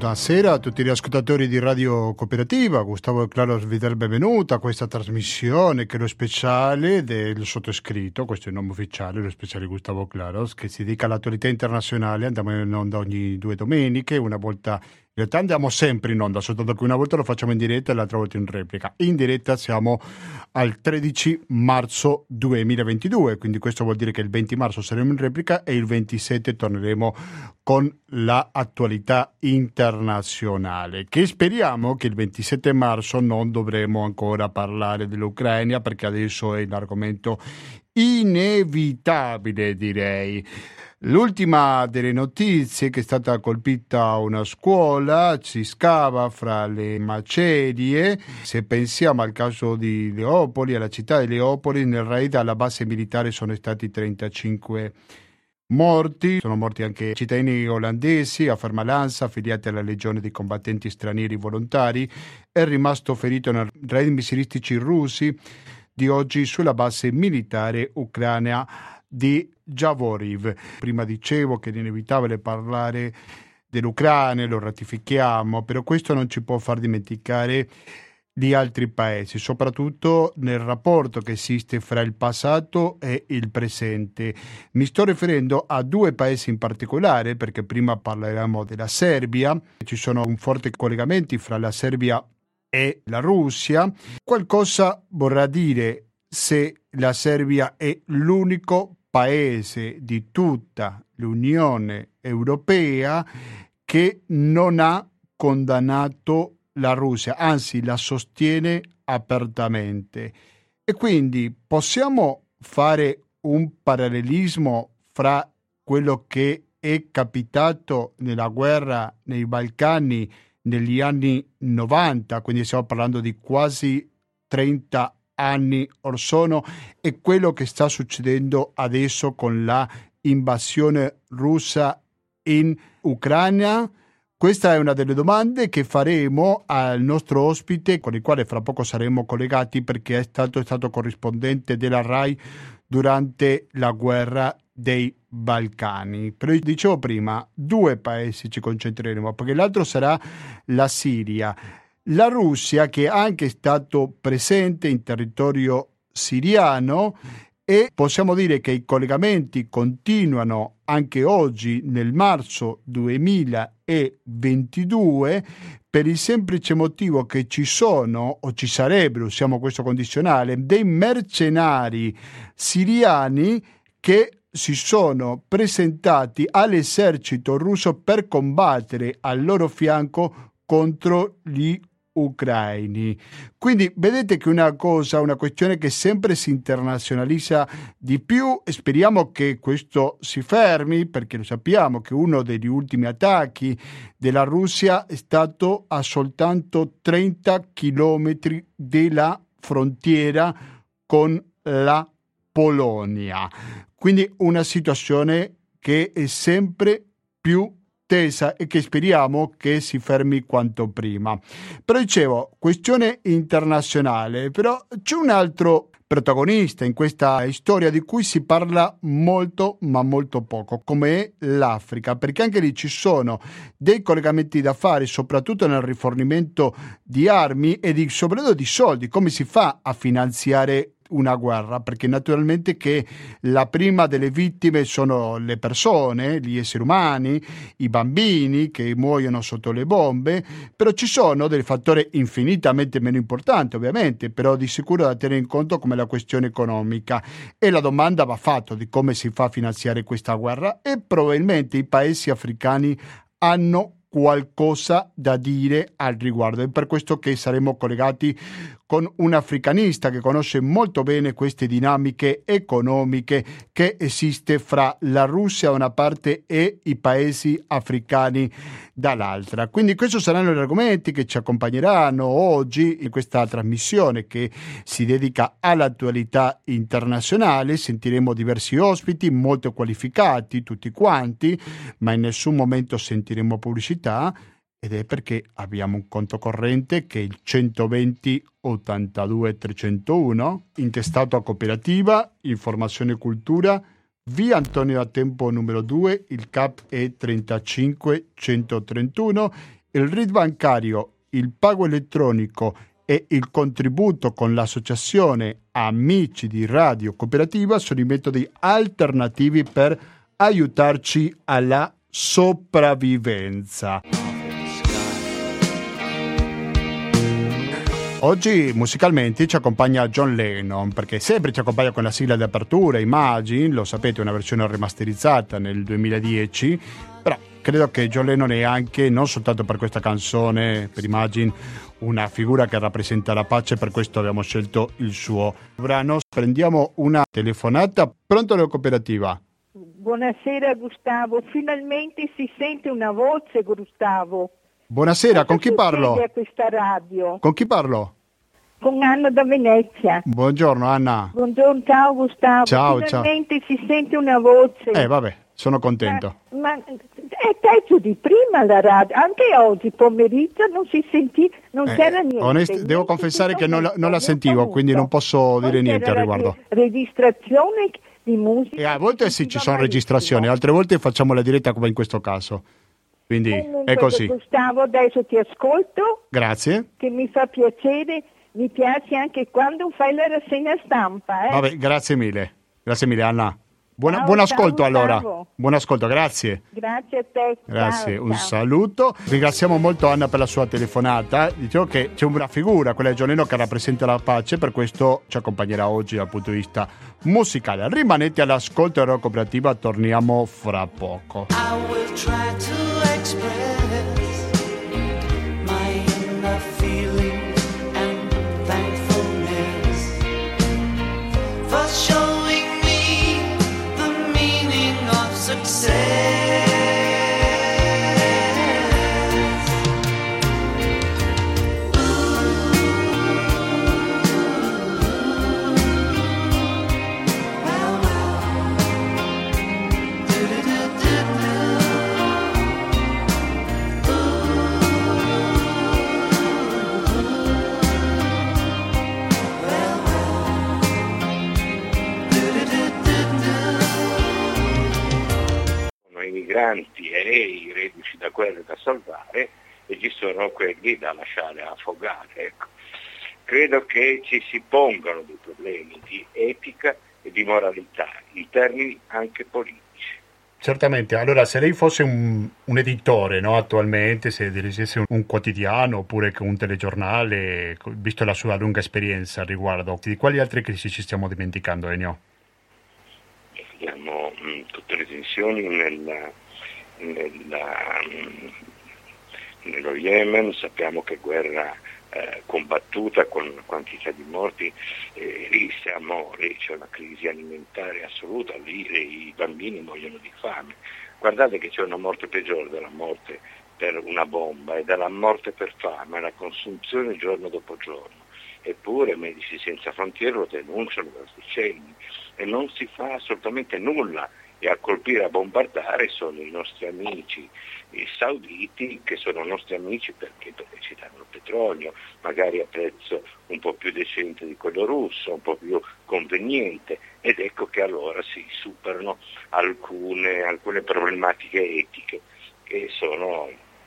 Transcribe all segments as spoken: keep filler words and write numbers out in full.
Buonasera a tutti gli ascoltatori di Radio Cooperativa. Gustavo e Claros vi dà benvenuta a questa trasmissione che è lo speciale del sottoscritto, questo è il nome ufficiale, lo speciale Gustavo Claros, che si dedica all'attualità internazionale. Andiamo in onda ogni due domeniche, una volta, in realtà andiamo sempre in onda, soltanto che una volta lo facciamo in diretta e l'altra volta in replica. In diretta siamo al tredici marzo duemilaventidue, quindi questo vuol dire che il venti marzo saremo in replica e il ventisette torneremo con l'attualità internazionale, che speriamo che il ventisette marzo non dovremo ancora parlare dell'Ucraina, perché adesso è l'argomento inevitabile, direi. L'ultima delle notizie, che è stata colpita una scuola, si scava fra le macerie. Se pensiamo al caso di Leopoli, alla città di Leopoli, nel raid alla base militare sono stati trentacinque morti, sono morti anche cittadini olandesi, a Fermalanza, affiliati alla legione dei combattenti stranieri volontari. È rimasto ferito nel raid missilistici russi di oggi sulla base militare ucraina di Javoriv. Prima dicevo che è inevitabile parlare dell'Ucraina, lo ratifichiamo, però questo non ci può far dimenticare di altri paesi, soprattutto nel rapporto che esiste fra il passato e il presente. Mi sto riferendo a due paesi in particolare, perché prima parlavamo della Serbia, ci sono un forte collegamenti fra la Serbia e la Russia. Qualcosa vorrà dire se la Serbia è l'unico paese di tutta l'Unione Europea che non ha condannato la Russia, anzi la sostiene apertamente. E quindi possiamo fare un parallelismo fra quello che è capitato nella guerra nei Balcani negli anni novanta, quindi stiamo parlando di quasi trenta anni or sono, e quello che sta succedendo adesso con la invasione russa in Ucraina? Questa è una delle domande che faremo al nostro ospite, con il quale fra poco saremo collegati, perché è stato, è stato corrispondente della RAI durante la guerra dei Balcani. Però dicevo prima, due paesi ci concentreremo, perché l'altro sarà la Siria. La Russia, che è anche stato presente in territorio siriano, e possiamo dire che i collegamenti continuano anche oggi nel marzo duemilaventidue, per il semplice motivo che ci sono, o ci sarebbero, usiamo questo condizionale, dei mercenari siriani che si sono presentati all'esercito russo per combattere al loro fianco contro gli ucraini. Quindi vedete che una cosa, una questione che sempre si internazionalizza di più, e speriamo che questo si fermi, perché lo sappiamo che uno degli ultimi attacchi della Russia è stato a soltanto trenta chilometri della frontiera con la Polonia. Quindi una situazione che è sempre più tesa e che speriamo che si fermi quanto prima. Però dicevo, questione internazionale, però c'è un altro protagonista in questa storia di cui si parla molto ma molto poco, come è l'Africa, perché anche lì ci sono dei collegamenti da fare, soprattutto nel rifornimento di armi e di, soprattutto di soldi. Come si fa a finanziare una guerra? Perché naturalmente che la prima delle vittime sono le persone, gli esseri umani, i bambini che muoiono sotto le bombe, però ci sono dei fattori infinitamente meno importanti, ovviamente, però di sicuro da tenere in conto, come la questione economica. E la domanda va fatta di come si fa a finanziare questa guerra, e probabilmente i paesi africani hanno qualcosa da dire al riguardo. È per questo che saremo collegati con un africanista che conosce molto bene queste dinamiche economiche che esiste fra la Russia da una parte e i paesi africani dall'altra. Quindi questi saranno gli argomenti che ci accompagneranno oggi in questa trasmissione che si dedica all'attualità internazionale. Sentiremo diversi ospiti molto qualificati, tutti quanti, ma in nessun momento sentiremo pubblicità, ed è perché abbiamo un conto corrente che è il centoventi ottantadue trecentouno, intestato a Cooperativa Informazione e Cultura, via Antonio da Tempo numero due, il C A P è trentacinque centotrentuno, il R I D bancario, il pago elettronico e il contributo con l'associazione Amici di Radio Cooperativa sono i metodi alternativi per aiutarci alla sopravvivenza. Oggi musicalmente ci accompagna John Lennon, perché sempre ci accompagna con la sigla di apertura, Imagine, lo sapete, una versione remasterizzata nel duemiladieci, però credo che John Lennon è anche, non soltanto per questa canzone, per Imagine, una figura che rappresenta la pace, per questo abbiamo scelto il suo brano. Prendiamo una telefonata. Pronto alla cooperativa? Buonasera Gustavo, finalmente si sente una voce, Gustavo. Buonasera, con chi parlo? A questa radio? Con chi parlo? Con Anna da Venezia. Buongiorno Anna. Buongiorno, ciao Gustavo. Ciao, finalmente ciao. si sente una voce. Eh vabbè, sono contento. Ma, ma è peggio di prima la radio, anche oggi pomeriggio non si sentì, non Eh, c'era niente. onest- niente devo confessare che non la, non la sentivo, niente. quindi non posso Poi dire niente al c'era la riguardo. registrazione di musica. E a volte sì, ci sono registrazioni, altre volte facciamo la diretta come in questo caso. Quindi Comunque, è così. Gustavo, adesso ti ascolto. Grazie. Che mi fa piacere, mi piace anche quando fai la rassegna stampa. Eh? Vabbè, grazie mille. Grazie mille Anna. Buona- Ciao, buon ciao, ascolto allora. Gustavo. Buon ascolto, grazie. Grazie a te. Grazie, Ciao, un ciao. saluto. Ringraziamo molto Anna per la sua telefonata. Dicevo che c'è una figura, quella di John Lennon, che rappresenta la pace, per questo ci accompagnerà oggi dal punto di vista musicale. Rimanete all'ascolto della cooperativa, torniamo fra poco. I will try to express my inner feelings and thankfulness for showing me the meaning of success. Well, well, do-do-do-do-do. Sono i migranti e i reduci da guerre da salvare e ci sono quelli da lasciare affogare. Ecco. Credo che ci si pongano dei problemi di etica e di moralità in termini anche politici. Certamente, allora se lei fosse un, un editore, no, attualmente, se dirigesse un, un quotidiano oppure che un telegiornale, visto la sua lunga esperienza al riguardo, di quali altre crisi ci stiamo dimenticando, Ennio? Abbiamo mh, tutte le tensioni nella, nella, mh, nello Yemen, sappiamo che guerra eh, combattuta con una quantità di morti, eh, lì, siamo, lì c'è una crisi alimentare assoluta, lì i bambini muoiono di fame. Guardate che c'è una morte peggiore della morte per una bomba e della morte per fame, la consumazione giorno dopo giorno. Eppure Medici Senza Frontiere lo denunciano da decenni e non si fa assolutamente nulla, e a colpire, a bombardare sono i nostri amici i sauditi, che sono nostri amici perché, perché ci danno petrolio, magari a prezzo un po' più decente di quello russo, un po' più conveniente, ed ecco che allora si superano alcune, alcune problematiche etiche che sono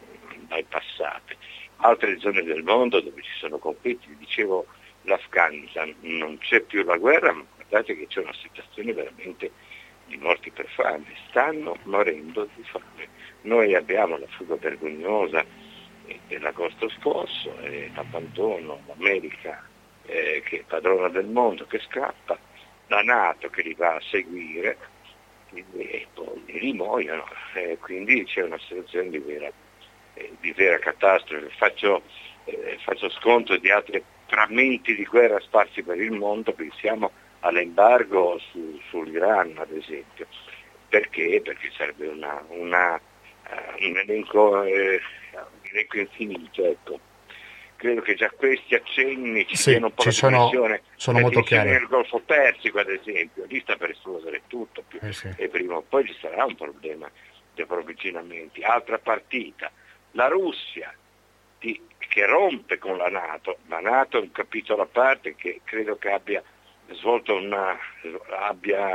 bypassate. Altre zone del mondo dove ci sono conflitti, vi dicevo l'Afghanistan, non c'è più la guerra, ma guardate che c'è una situazione veramente di morti per fame, stanno morendo di fame. Noi abbiamo la fuga vergognosa eh, dell'agosto scorso, eh, l'abbandono, l'America eh, che è padrona del mondo, che scappa, la NATO che li va a seguire e poi li muoiono, eh, quindi c'è una situazione di vera, eh, di vera catastrofe. Faccio, eh, faccio sconto di altri frammenti di guerra sparsi per il mondo, pensiamo all'embargo su, sull'Iran ad esempio. Perché? Perché serve una, una, uh, un elenco, eh, un elenco infinito. Ecco. Credo che già questi accenni ci sì, siano un po' ci la sono, tensione, sono la molto tensione chiari. nel Golfo Persico ad esempio, lì sta per esplodere tutto più, Eh sì. e prima o poi ci sarà un problema di approvvigionamenti. Altra partita, la Russia di, che rompe con la NATO. La NATO è un capitolo a parte che credo che abbia svolto una, abbia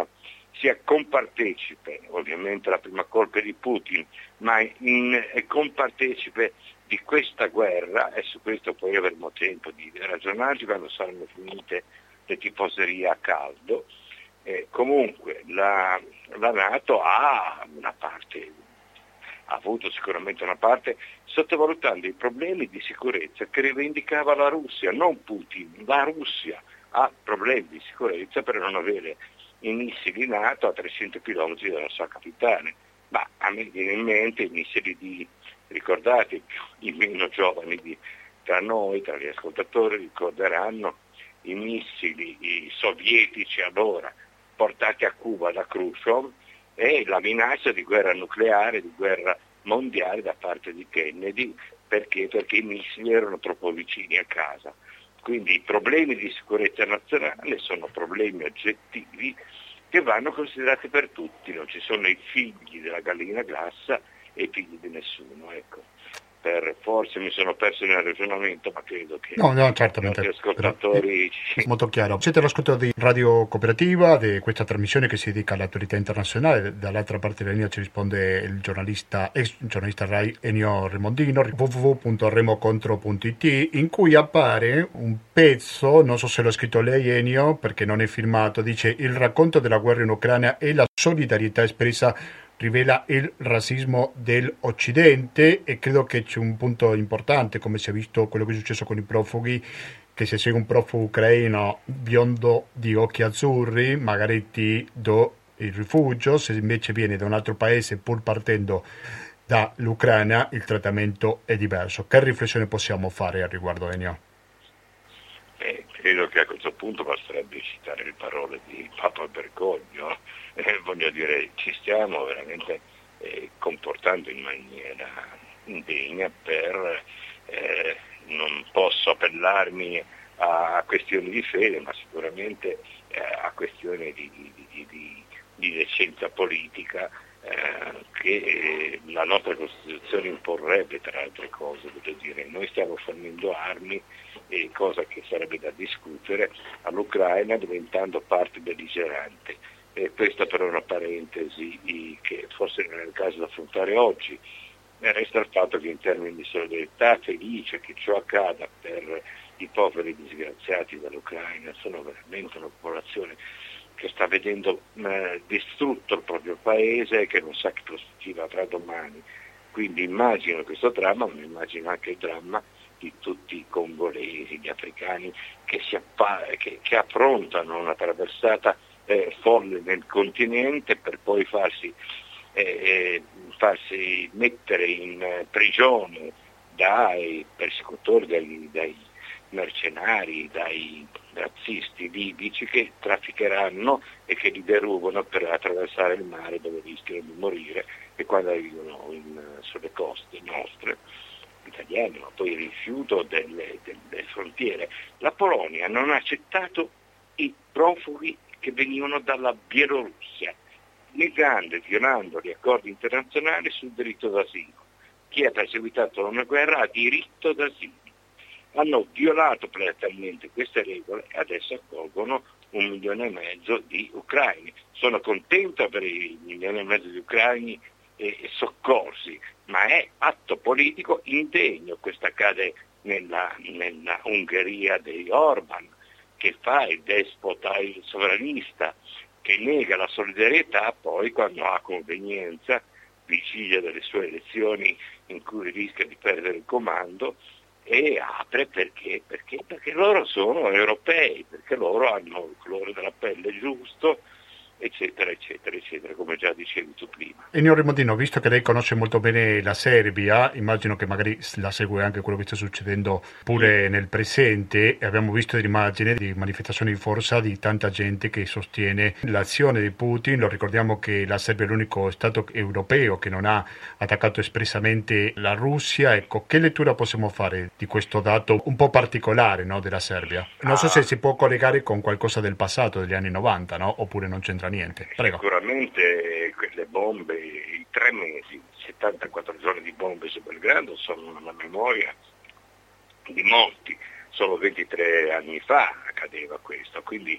sia compartecipe, ovviamente la prima colpa è di Putin, ma in, è compartecipe di questa guerra, e su questo poi avremo tempo di ragionarci quando saranno finite le tifoserie a caldo. Eh, comunque la, la NATO ha una parte, ha avuto sicuramente una parte, sottovalutando i problemi di sicurezza che rivendicava la Russia, non Putin, la Russia ha problemi di sicurezza per non avere i missili NATO a trecento chilometri dalla sua capitale. Ma a me viene in mente i missili di, ricordate, i meno giovani di, tra noi, tra gli ascoltatori, ricorderanno i missili i sovietici allora portati a Cuba da Khrushchev e la minaccia di guerra nucleare, di guerra mondiale da parte di Kennedy, perché? Perché i missili erano troppo vicini a casa. Quindi i problemi di sicurezza nazionale sono problemi oggettivi che vanno considerati per tutti, non ci sono i figli della gallina glassa e i figli di nessuno. Ecco. Per, forse mi sono perso nel ragionamento, ma credo che no, no, certamente, gli ascoltatori... È molto chiaro. Siete all'ascolto di Radio Cooperativa, di questa trasmissione che si dedica all'attualità internazionale. Dall'altra parte della linea ci risponde il giornalista, ex giornalista Rai Ennio Remondino, w w w punto remocontro punto i t, in cui appare un pezzo, non so se l'ho scritto lei Ennio, perché non è firmato, dice: il racconto della guerra in Ucraina e la solidarietà espressa rivela il razzismo dell'Occidente, e credo che c'è un punto importante, come si è visto quello che è successo con i profughi, che se sei un profugo ucraino biondo di occhi azzurri magari ti do il rifugio, se invece viene da un altro paese pur partendo dall'Ucraina il trattamento è diverso. Che riflessione possiamo fare al riguardo, Ennio? Eh, credo che a questo punto basterebbe citare le parole di Papa Bergoglio. Eh, voglio dire, ci stiamo veramente eh, comportando in maniera indegna per, eh, non posso appellarmi a questioni di fede, ma sicuramente eh, a questioni di, di, di, di, di decenza politica eh, che la nostra Costituzione imporrebbe, tra altre cose. Voglio dire, noi stiamo fornendo armi, e cosa che sarebbe da discutere, all'Ucraina diventando parte belligerante. E questa però è una parentesi che forse non è il caso da affrontare oggi. E resta il fatto che in termini di solidarietà, felice che ciò accada per i poveri disgraziati dall'Ucraina, sono veramente una popolazione che sta vedendo eh, distrutto il proprio paese e che non sa che prospettiva avrà domani. Quindi immagino questo dramma, ma immagino anche il dramma di tutti i congolesi, gli africani che, si appa- che, che affrontano una traversata eh, folle nel continente per poi farsi, eh, farsi mettere in eh, prigione dai persecutori, dai, dai mercenari, dai razzisti libici che trafficheranno e che li derubano per attraversare il mare dove rischiano di morire, e quando arrivano in, sulle coste nostre italiane, ma poi il rifiuto delle, delle frontiere. La Polonia non ha accettato i profughi che venivano dalla Bielorussia, negando e violando gli accordi internazionali sul diritto d'asilo. Chi ha perseguitato una guerra ha diritto d'asilo. Hanno violato platealmente queste regole e adesso accolgono un milione e mezzo di ucraini. Sono contento per i milioni e mezzo di ucraini eh, soccorsi, ma è atto politico indegno. Questo accade nella, nella Ungheria di Orban, che fa il despota, il sovranista, che nega la solidarietà poi quando ha convenienza, vigilia delle sue elezioni in cui rischia di perdere il comando, e apre perché? Perché? Perché loro sono europei, perché loro hanno il colore della pelle giusto, eccetera, eccetera, eccetera, come già dicevi tu prima. Ennio Remondino, visto che lei conosce molto bene la Serbia, immagino che magari la segue anche quello che sta succedendo pure sì. nel presente, e abbiamo visto delle immagini di manifestazioni di forza di tanta gente che sostiene l'azione di Putin. Lo ricordiamo che la Serbia è l'unico stato europeo che non ha attaccato espressamente la Russia. Ecco, che lettura possiamo fare di questo dato un po' particolare, no, della Serbia? Non so ah. se si può collegare con qualcosa del passato, degli anni novanta, no? Oppure non c'entra niente. Prego. Sicuramente quelle bombe, i tre mesi, settantaquattro giorni di bombe su Belgrado sono una memoria di molti. Solo ventitré anni fa accadeva questo, quindi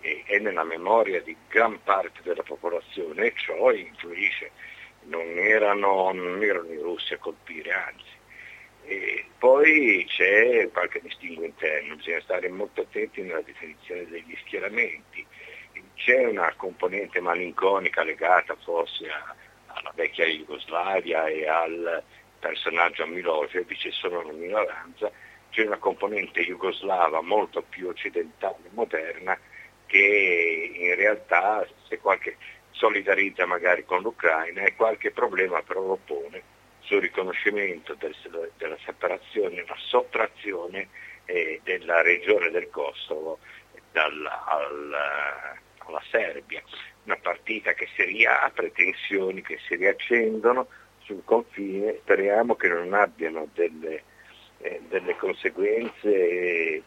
e è nella memoria di gran parte della popolazione, e ciò influisce. Non erano, non erano i russi a colpire, anzi. E poi c'è qualche distinguo interno, bisogna stare molto attenti nella definizione degli schieramenti. C'è una componente malinconica legata forse a, alla vecchia Jugoslavia e al personaggio Milosevic, sono una minoranza. C'è una componente jugoslava molto più occidentale e moderna che in realtà, se qualche solidarizza magari con l'Ucraina, e qualche problema però lo pone sul riconoscimento del, della separazione, la sottrazione eh, della regione del Kosovo dalla, al, alla Serbia. Una partita che si riapre, tensioni che si riaccendono sul confine, speriamo che non abbiano delle, eh, delle conseguenze eh,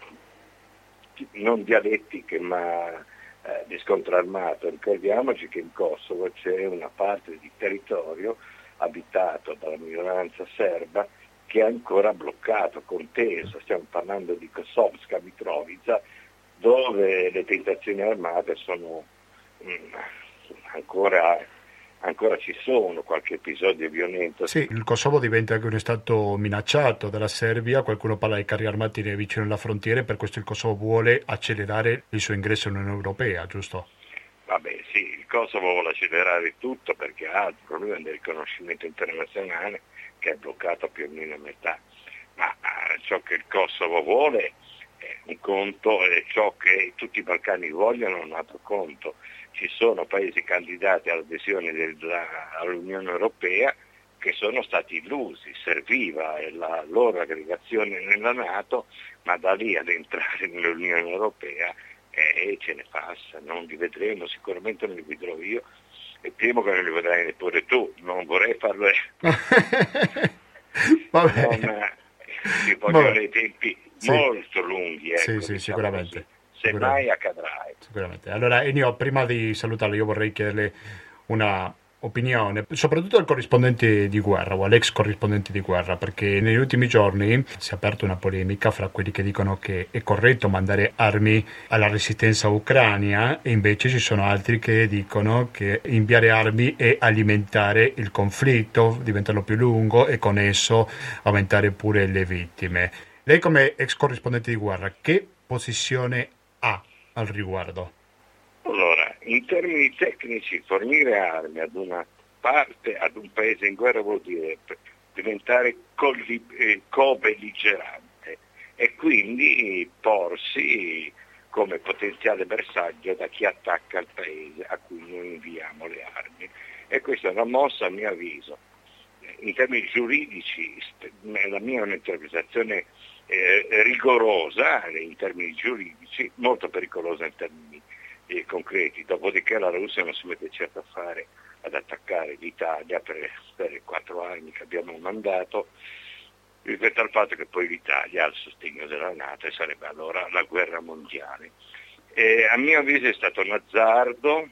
non dialettiche ma Eh, di scontro armato. Ricordiamoci che in Kosovo c'è una parte di territorio abitato dalla minoranza serba che è ancora bloccato, conteso. Stiamo parlando di Kosovska Mitrovica, dove le tentazioni armate sono mh, ancora, ancora ci sono, qualche episodio violento. Sì, il Kosovo diventa anche uno stato minacciato dalla Serbia, qualcuno parla di carri armati vicino alla frontiera, per questo il Kosovo vuole accelerare il suo ingresso nell'Unione Europea, giusto? Vabbè sì, il Kosovo vuole accelerare tutto perché ha il problema del riconoscimento internazionale che è bloccato più o meno a metà, ma eh, ciò che il Kosovo vuole è un conto e ciò che tutti i Balcani vogliono è un altro conto. Ci sono paesi candidati all'adesione della, all'Unione Europea che sono stati illusi, serviva la loro aggregazione nella NATO, ma da lì ad entrare nell'Unione Europea eh, ce ne passa, non li vedremo, sicuramente non li vedrò io e temo che non li vedrai neppure tu, non vorrei farlo. Vabbè. Non, ci vogliono Vabbè. dei tempi Sì. molto lunghi, ecco, Sì, sì, diciamo sicuramente. così. Se mai accadrà. ecco. Sicuramente. Allora Ennio, prima di salutarlo io vorrei chiederle una opinione, soprattutto al corrispondente di guerra o all'ex corrispondente di guerra, perché negli ultimi giorni si è aperta una polemica fra quelli che dicono che è corretto mandare armi alla resistenza ucraina e invece ci sono altri che dicono che inviare armi è alimentare il conflitto, diventarlo più lungo e con esso aumentare pure le vittime. Lei come ex corrispondente di guerra, che posizione ha al riguardo? Allora, in termini tecnici, fornire armi ad una parte, ad un paese in guerra vuol dire diventare colli- eh, co-belligerante e quindi porsi come potenziale bersaglio da chi attacca il paese a cui noi inviamo le armi. E questa è una mossa, a mio avviso, in termini giuridici, la mia è un'interpretazione eh, rigorosa in termini giuridici, molto pericolosa in termini eh, concreti. Dopodiché la Russia non si mette certo a fare ad attaccare l'Italia per, per i quattro anni che abbiamo mandato, rispetto al fatto che poi l'Italia ha il sostegno della NATO e sarebbe allora la guerra mondiale. Eh, a mio avviso è stato un azzardo,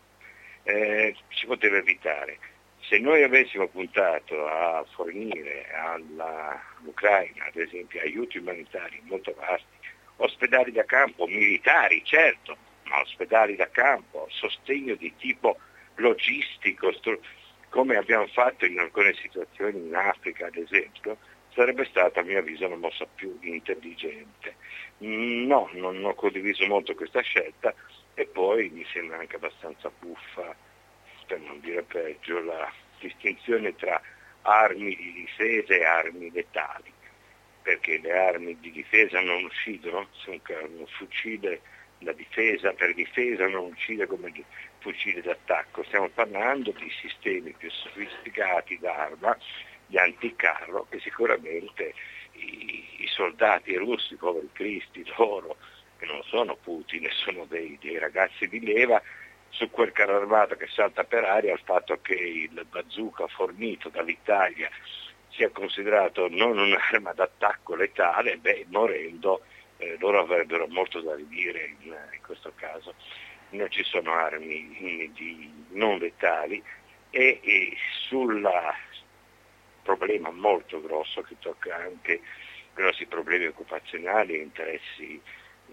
eh, si poteva evitare. Se noi avessimo puntato a fornire alla, all'Ucraina, ad esempio, aiuti umanitari molto vasti, ospedali da campo, militari, certo, ma ospedali da campo, sostegno di tipo logistico, stru- come abbiamo fatto in alcune situazioni in Africa, ad esempio, sarebbe stata, a mio avviso, una mossa più intelligente. No, non ho condiviso molto questa scelta e poi mi sembra anche abbastanza buffa, per non dire peggio, la distinzione tra armi di difesa e armi letali, perché le armi di difesa non uccidono, se un, un fucile da difesa per difesa non uccide come il fucile d'attacco. Stiamo parlando di sistemi più sofisticati d'arma, gli anticarro, che sicuramente i, i soldati russi, poveri cristi loro, che non sono Putin, sono dei, dei ragazzi di leva, su quel carro armato che salta per aria, il fatto che il bazooka fornito dall'Italia sia considerato non un'arma d'attacco letale, beh, morendo eh, loro avrebbero molto da ridire in, in questo caso. Non ci sono armi in, di, non letali e, e sul problema molto grosso che tocca anche grossi problemi occupazionali e interessi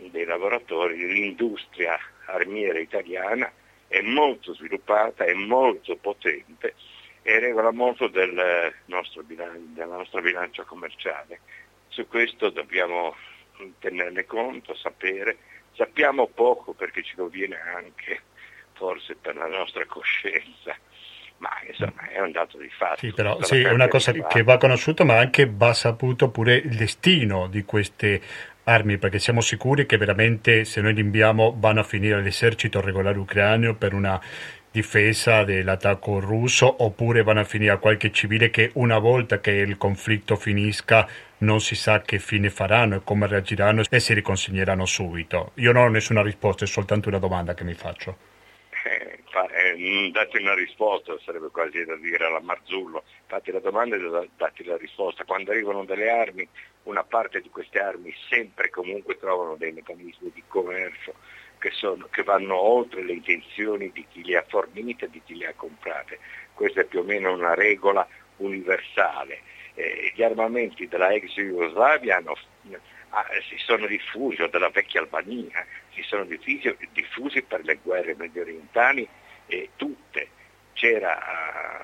dei lavoratori, l'industria armiera italiana è molto sviluppata, è molto potente e regola molto del nostro bilancio, della nostra bilancia commerciale. Su questo dobbiamo tenerne conto, sapere. Sappiamo poco perché ci conviene anche, forse per la nostra coscienza, ma insomma è un dato di fatto. Sì, però Tutta sì, la è una carta cosa di che va conosciuta, ma anche va saputo pure il destino di queste armi, perché siamo sicuri che veramente se noi li inviamo vanno a finire all'esercito regolare ucraino per una difesa dell'attacco russo, oppure vanno a finire a qualche civile che una volta che il conflitto finisca non si sa che fine faranno e come reagiranno e si riconsegneranno subito. Io non ho nessuna risposta, è soltanto una domanda che mi faccio. Eh, fa- eh, date una risposta, sarebbe quasi da dire alla Marzullo, fate la domanda e date la risposta. Quando arrivano delle armi, una parte di queste armi sempre e comunque trovano dei meccanismi di commercio che, sono, che vanno oltre le intenzioni di chi le ha fornite e di chi le ha comprate. Questa è più o meno una regola universale. Eh, gli armamenti della ex Jugoslavia hanno, ah, si sono diffusi, o della vecchia Albania, si sono diffusi, diffusi per le guerre medio orientali e tutte. C'era,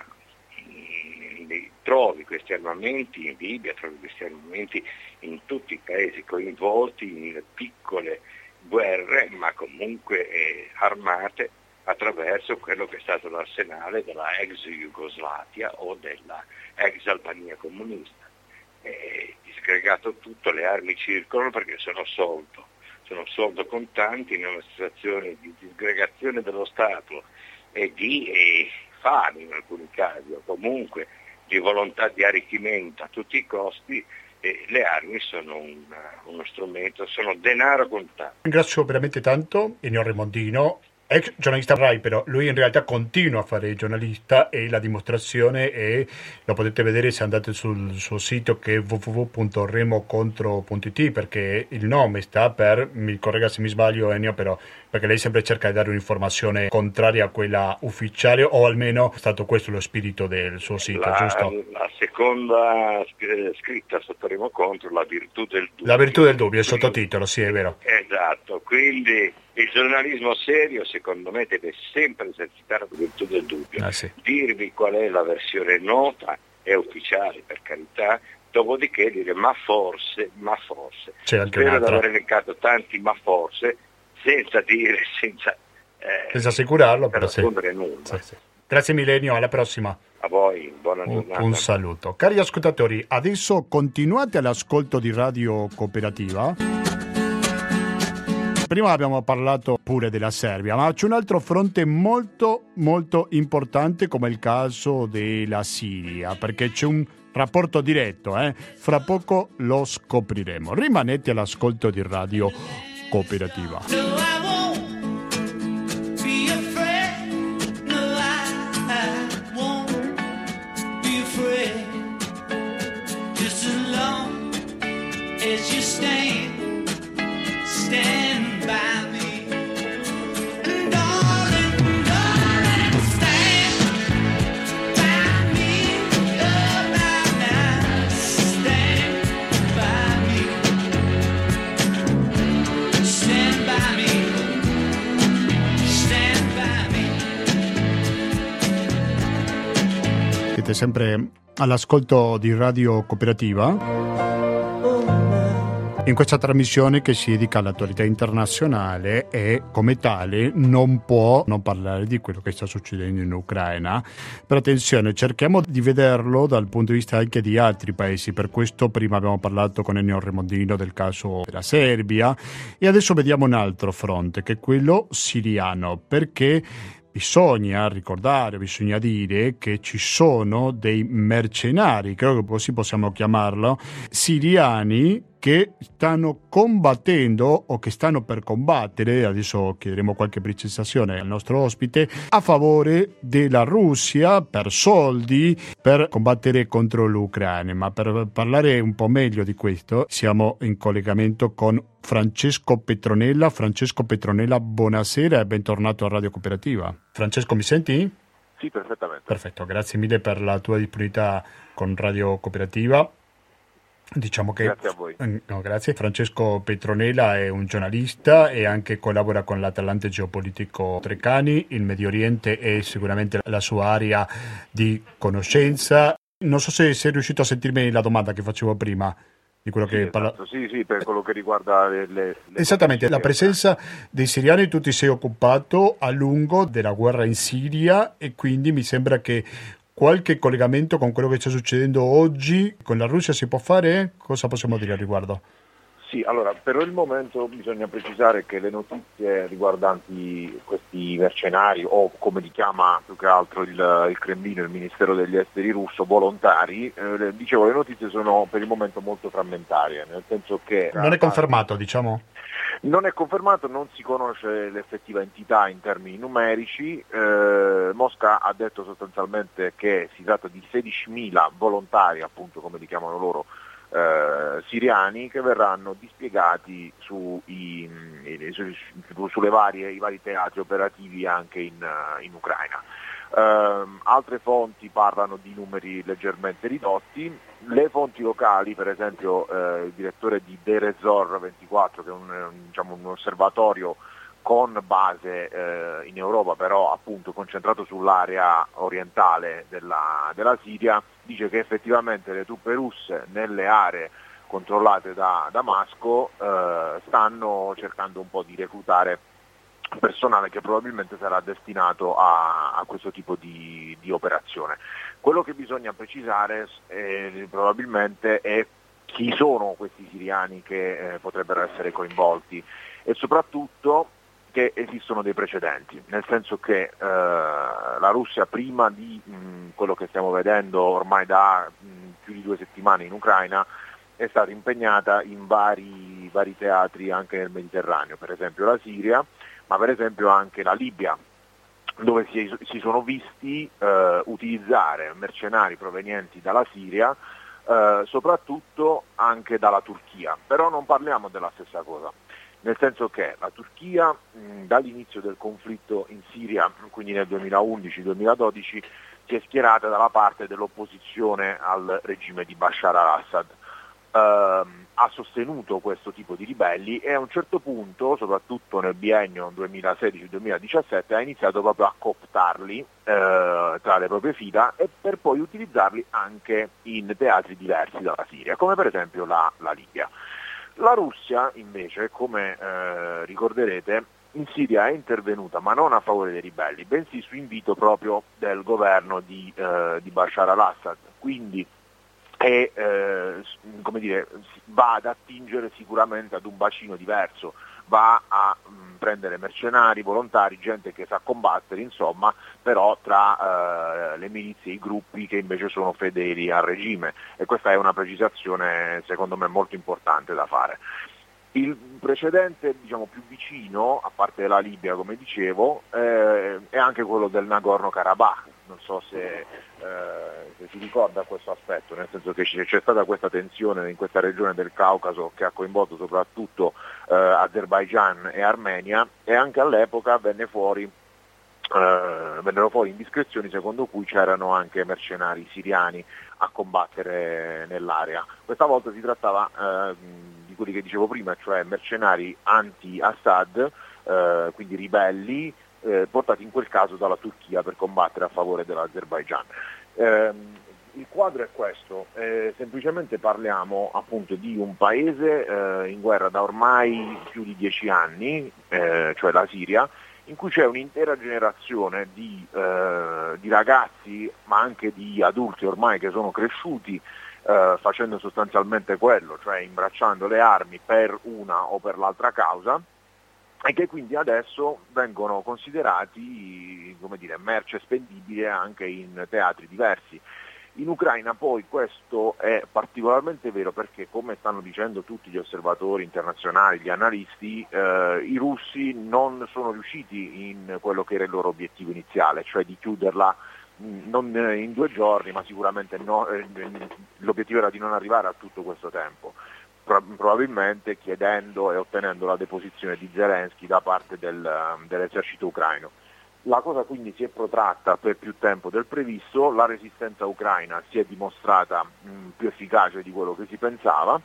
uh, trovi questi armamenti in Libia, trovi questi armamenti in tutti i paesi coinvolti in piccole guerre, ma comunque eh, armate attraverso quello che è stato l'arsenale della ex Jugoslavia o della ex Albania comunista. È disgregato tutto, le armi circolano perché sono soldo, sono soldo contanti in una situazione di disgregazione dello Stato e di eh, fame in alcuni casi, o comunque di volontà di arricchimento a tutti i costi. E le armi sono un, uno strumento, sono denaro contante. Ringrazio veramente tanto Ennio Remondino, ex giornalista Rai, però lui in realtà continua a fare il giornalista e la dimostrazione è, lo potete vedere se andate sul suo sito che è w w w punto remocontro punto i t, perché il nome sta per, mi corregga se mi sbaglio Ennio, però perché lei sempre cerca di dare un'informazione contraria a quella ufficiale, o almeno è stato questo lo spirito del suo sito, la, giusto? La seconda scritta sotto Remocontro, la virtù del dubbio. La virtù del dubbio, il sottotitolo, sì, è vero. Esatto, quindi il giornalismo serio secondo me deve sempre esercitare la virtù del dubbio, Ah, sì. dirvi qual è la versione nota e ufficiale, per carità, dopodiché dire ma forse, ma forse. C'è anche Spero di un'altra. aver elencato tanti ma forse, senza dire, senza, eh, Senza assicurarlo, per però sì. nascondere nulla. Sì, sì. Grazie mille Ennio, alla prossima. A voi, buona Un, giornata. un saluto. Cari ascoltatori, Adesso continuate all'ascolto di Radio Cooperativa. Prima abbiamo parlato pure della Serbia, ma c'è un altro fronte molto molto importante come il caso della Siria, perché c'è un rapporto diretto, eh? Fra poco lo scopriremo. Rimanete all'ascolto di Radio Cooperativa. No, I won't be afraid. No, I won't be afraid. Just as long as you stand, stand by me. And darling, darling, stand by me. Oh, now, now, stand by me. Stand by me, stand by me. Siete sempre all'ascolto di Radio Cooperativa. In questa trasmissione che si dedica all'attualità internazionale e come tale non può non parlare di quello che sta succedendo in Ucraina. Però attenzione, cerchiamo di vederlo dal punto di vista anche di altri paesi. Per questo prima abbiamo parlato con Ennio Remondino del caso della Serbia e adesso vediamo un altro fronte che è quello siriano, perché bisogna ricordare, bisogna dire che ci sono dei mercenari, credo che così possiamo chiamarlo, siriani che stanno combattendo o che stanno per combattere, adesso chiederemo qualche precisazione al nostro ospite, a favore della Russia per soldi, per combattere contro l'Ucraina. Ma per parlare un po' meglio di questo siamo in collegamento con Francesco Petronella. Francesco Petronella, buonasera e bentornato a Radio Cooperativa. Francesco, mi senti? Sì, perfettamente. Perfetto, grazie mille per la tua disponibilità con Radio Cooperativa. Diciamo che, Grazie a voi. No, grazie. Francesco Petronella è un giornalista e anche collabora con l'Atlante Geopolitico Treccani. Il Medio Oriente è sicuramente la sua area di conoscenza. Non so se sei riuscito a sentirmi la domanda che facevo prima. Di quello Sì, che esatto. parla... sì, sì, per quello che riguarda le... le Esattamente, la le- presenza dei siriani, tu ti sei occupato a lungo della guerra in Siria e quindi mi sembra che qualche collegamento con quello che sta succedendo oggi con la Russia si può fare? Cosa possiamo dire al riguardo? Sì, allora, per il momento bisogna precisare che le notizie riguardanti questi mercenari, o come li chiama più che altro il, il Cremlino, il Ministero degli Esteri russo, volontari, eh, dicevo, le notizie sono per il momento molto frammentarie, nel senso che... Non è confermato, diciamo? Non è confermato, non si conosce l'effettiva entità in termini numerici. Eh, Mosca ha detto sostanzialmente che si tratta di sedicimila volontari, appunto come li chiamano loro, eh, siriani, che verranno dispiegati su i, su, sulle varie, i vari teatri operativi anche in, in Ucraina. Uh, altre fonti parlano di numeri leggermente ridotti, le fonti locali, per esempio uh, il direttore di Derezor ventiquattro, che è un, un, diciamo, un osservatorio con base uh, in Europa, però appunto concentrato sull'area orientale della, della Siria, dice che effettivamente le truppe russe nelle aree controllate da Damasco uh, stanno cercando un po' di reclutare personale che probabilmente sarà destinato a, a questo tipo di, di operazione. Quello che bisogna precisare eh, probabilmente è chi sono questi siriani che eh, potrebbero essere coinvolti e soprattutto che esistono dei precedenti, nel senso che eh, la Russia prima di mh, quello che stiamo vedendo ormai da mh, più di due settimane in Ucraina è stata impegnata in vari, vari teatri anche nel Mediterraneo, per esempio la Siria, ma per esempio anche la Libia, dove si, si sono visti eh, utilizzare mercenari provenienti dalla Siria, eh, soprattutto anche dalla Turchia. Però non parliamo della stessa cosa, nel senso che la Turchia mh, dall'inizio del conflitto in Siria, quindi nel duemilaundici duemiladodici, si è schierata dalla parte dell'opposizione al regime di Bashar al-Assad. Uh, ha sostenuto questo tipo di ribelli e a un certo punto, soprattutto nel biennio duemilasedici duemiladiciassette, ha iniziato proprio a cooptarli uh, tra le proprie fila e per poi utilizzarli anche in teatri diversi dalla Siria, come per esempio la, la Libia. La Russia invece, come uh, ricorderete, in Siria è intervenuta, ma non a favore dei ribelli, bensì su invito proprio del governo di, uh, di Bashar al-Assad, quindi e eh, come dire, va ad attingere sicuramente ad un bacino diverso, va a mh, prendere mercenari, volontari, gente che sa combattere, insomma, però tra eh, le milizie e i gruppi che invece sono fedeli al regime, e questa è una precisazione secondo me molto importante da fare. Il precedente, diciamo, più vicino, a parte la Libia come dicevo, eh, è anche quello del Nagorno-Karabakh. Non so se, eh, se si ricorda questo aspetto, nel senso che c'è stata questa tensione in questa regione del Caucaso che ha coinvolto soprattutto eh, Azerbaigian e Armenia, e anche all'epoca venne fuori, eh, vennero fuori indiscrezioni secondo cui c'erano anche mercenari siriani a combattere nell'area. Questa volta si trattava eh, di quelli che dicevo prima, cioè mercenari anti-Assad, eh, quindi ribelli, Eh, portati in quel caso dalla Turchia per combattere a favore dell'Azerbaigian. Eh, il quadro è questo, eh, semplicemente parliamo appunto di un paese eh, in guerra da ormai più di dieci anni, eh, cioè la Siria, in cui c'è un'intera generazione di, eh, di ragazzi, ma anche di adulti ormai che sono cresciuti eh, facendo sostanzialmente quello, cioè imbracciando le armi per una o per l'altra causa, e che quindi adesso vengono considerati, come dire, merce spendibile anche in teatri diversi. In Ucraina poi questo è particolarmente vero perché, come stanno dicendo tutti gli osservatori internazionali, gli analisti, eh, i russi non sono riusciti in quello che era il loro obiettivo iniziale, cioè di chiuderla mh, non in due giorni, ma sicuramente no, eh, l'obiettivo era di non arrivare a tutto questo tempo, probabilmente chiedendo e ottenendo la deposizione di Zelensky da parte del, dell'esercito ucraino. La cosa quindi si è protratta per più tempo del previsto, la resistenza ucraina si è dimostrata mh, più efficace di quello che si pensava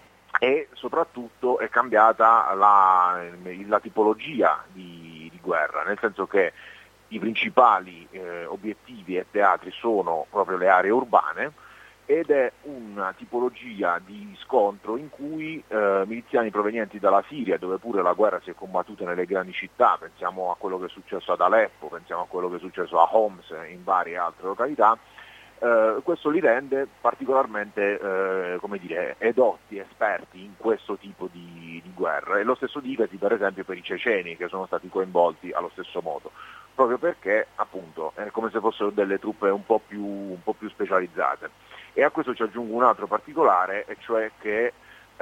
e soprattutto è cambiata la, la tipologia di, di guerra, nel senso che i principali eh, obiettivi e teatri sono proprio le aree urbane ed è una tipologia di scontro in cui eh, miliziani provenienti dalla Siria, dove pure la guerra si è combattuta nelle grandi città, pensiamo a quello che è successo ad Aleppo, pensiamo a quello che è successo a Homs e in varie altre località, eh, questo li rende particolarmente eh, come dire, edotti, esperti in questo tipo di, di guerra. E lo stesso dicasi per esempio per i ceceni che sono stati coinvolti allo stesso modo, proprio perché appunto è come se fossero delle truppe un po' più, un po' più specializzate. E a questo ci aggiungo un altro particolare, e cioè che eh,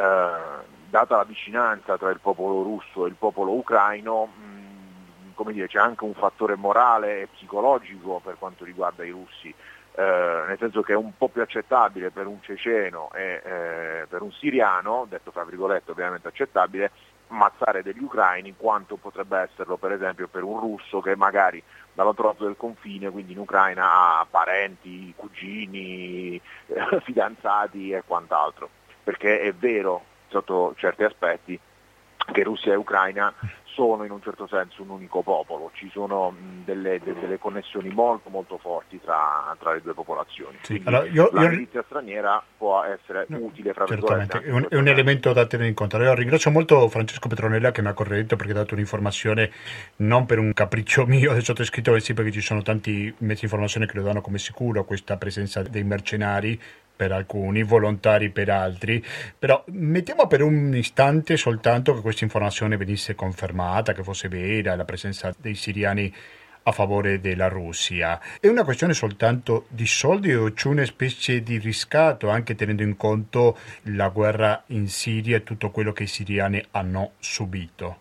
data la vicinanza tra il popolo russo e il popolo ucraino, mh, come dire, c'è anche un fattore morale e psicologico per quanto riguarda i russi, eh, nel senso che è un po' più accettabile per un ceceno e eh, per un siriano, detto fra virgolette ovviamente accettabile, ammazzare degli ucraini quanto potrebbe esserlo per esempio per un russo che magari dall'altro lato del confine, quindi in Ucraina, ha parenti, cugini, eh, fidanzati e quant'altro, perché è vero sotto certi aspetti che Russia e Ucraina sono in un certo senso un unico popolo, ci sono mh, delle, de, delle connessioni molto molto forti tra, tra le due popolazioni. Sì, Quindi allora io, la io... milizia straniera può essere no, utile, fra certamente, virgolette. è un, è un elemento da tenere in conto. Allora, ringrazio molto Francesco Petronella che mi ha corretto perché ha dato un'informazione non per un capriccio mio del sottoscritto, bensì perché ci sono tanti mezzi di informazione che lo danno come sicuro questa presenza dei mercenari per alcuni, volontari per altri, però mettiamo per un istante soltanto che questa informazione venisse confermata, che fosse vera la presenza dei siriani a favore della Russia. È una questione soltanto di soldi o c'è una specie di riscatto anche tenendo in conto la guerra in Siria e tutto quello che i siriani hanno subito?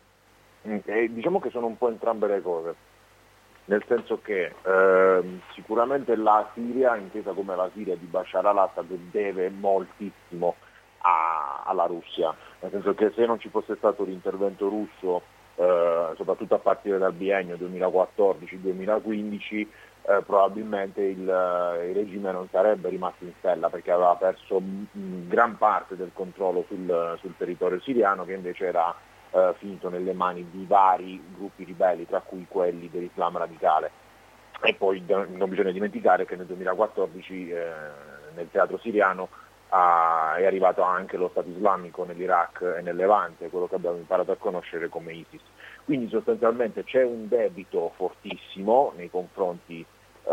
Eh, diciamo che sono un po' entrambe le cose. Nel senso che eh, sicuramente la Siria, intesa come la Siria di Bashar al-Assad, deve moltissimo a, alla Russia, nel senso che se non ci fosse stato l'intervento russo, eh, soprattutto a partire dal biennio duemilaquattordici duemilaquindici, eh, probabilmente il, il regime non sarebbe rimasto in sella perché aveva perso mh, gran parte del controllo sul, sul territorio siriano, che invece era Uh, finito nelle mani di vari gruppi ribelli, tra cui quelli dell'Islam radicale. E poi non bisogna dimenticare che nel duemilaquattordici eh, nel teatro siriano uh, è arrivato anche lo Stato islamico nell'Iraq e nel Levante, quello che abbiamo imparato a conoscere come ISIS. Quindi sostanzialmente c'è un debito fortissimo nei confronti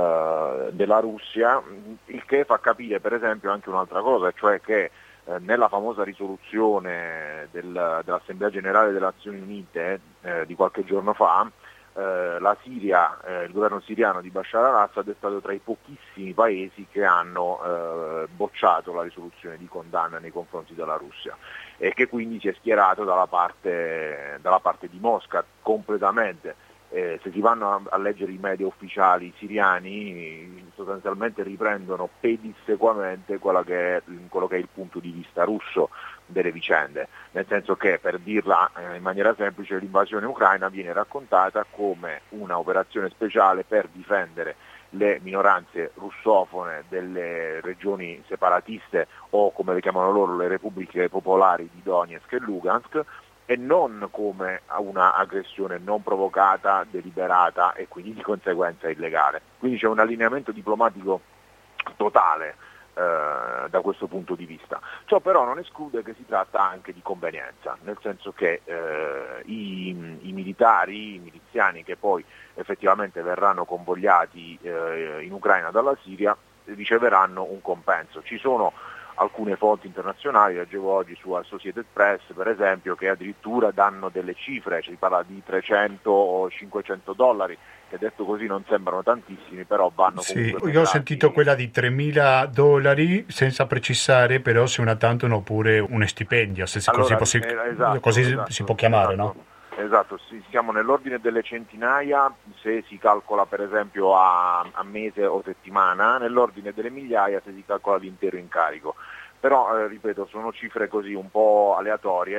uh, della Russia, il che fa capire per esempio anche un'altra cosa, cioè che nella famosa risoluzione del, dell'Assemblea Generale delle Nazioni Unite eh, di qualche giorno fa, eh, la Siria, eh, il governo siriano di Bashar al-Assad è stato tra i pochissimi paesi che hanno eh, bocciato la risoluzione di condanna nei confronti della Russia e che quindi si è schierato dalla parte, dalla parte di Mosca completamente. Eh, se si vanno a, a leggere i media ufficiali siriani, sostanzialmente riprendono pedissequamente quello che, è, quello che è il punto di vista russo delle vicende, nel senso che, per dirla eh, in maniera semplice, l'invasione ucraina viene raccontata come una operazione speciale per difendere le minoranze russofone delle regioni separatiste o, come le chiamano loro, le repubbliche popolari di Donetsk e Lugansk, e non come a una aggressione non provocata, deliberata e quindi di conseguenza illegale. Quindi c'è un allineamento diplomatico totale eh, da questo punto di vista. Ciò però non esclude che si tratta anche di convenienza, nel senso che eh, i, i militari, i miliziani che poi effettivamente verranno convogliati eh, in Ucraina dalla Siria riceveranno un compenso. Ci sono alcune fonti internazionali, leggevo oggi su Associated Press per esempio, che addirittura danno delle cifre, si parla di trecento o cinquecento dollari, che detto così non sembrano tantissimi, però vanno sì, comunque. Io ho sentito quella di tremila dollari senza precisare però se una tantum oppure un stipendio, se allora, così, eh, esatto, così esatto, si può chiamare, esatto. no? Esatto, sì, siamo nell'ordine delle centinaia se si calcola per esempio a, a mese o settimana, nell'ordine delle migliaia se si calcola l'intero incarico. Però, eh, ripeto, sono cifre così un po' aleatorie,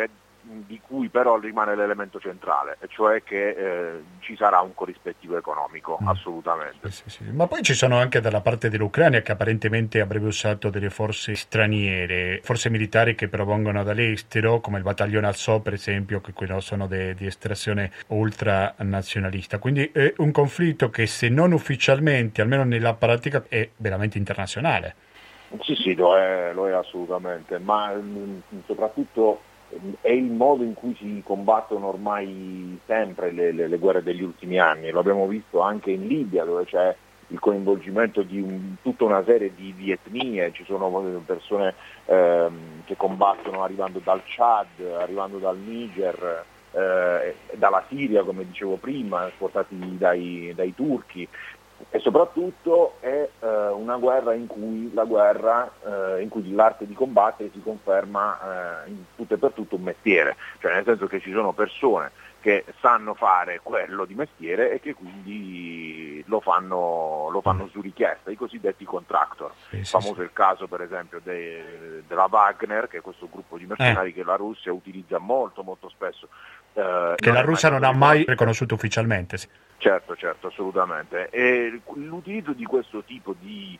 di cui però rimane l'elemento centrale, e cioè che eh, ci sarà un corrispettivo economico, Mm. assolutamente. Sì, sì, sì. Ma poi ci sono anche dalla parte dell'Ucraina che apparentemente avrebbe usato delle forze straniere, forze militari che provengono dall'estero, come il battaglione Azov per esempio, che quello sono de- di estrazione ultranazionalista. Quindi è un conflitto che, se non ufficialmente, almeno nella pratica, è veramente internazionale. Sì, sì, lo è, lo è assolutamente, ma mh, soprattutto mh, è il modo in cui si combattono ormai sempre le, le- le guerre degli ultimi anni. Lo abbiamo visto anche in Libia, dove c'è il coinvolgimento di un- tutta una serie di, di etnie, ci sono persone ehm, che combattono arrivando dal Chad, arrivando dal Niger, eh, dalla Siria, come dicevo prima, portati dai, dai turchi. E soprattutto è eh, una guerra in cui la guerra, eh, in cui l'arte di combattere si conferma eh, in tutto e per tutto un mestiere, cioè nel senso che ci sono persone che sanno fare quello di mestiere e che quindi lo fanno, lo fanno su richiesta, i cosiddetti contractor. Sì, sì, Famoso sì. il caso per esempio de- della Wagner, che è questo gruppo di mercenari che la Russia utilizza molto molto spesso. eh, Che la è mai Russia non stato ha mai riconosciuto. riconosciuto ufficialmente. Sì. Certo, certo, assolutamente. E l'utilizzo di questo tipo di,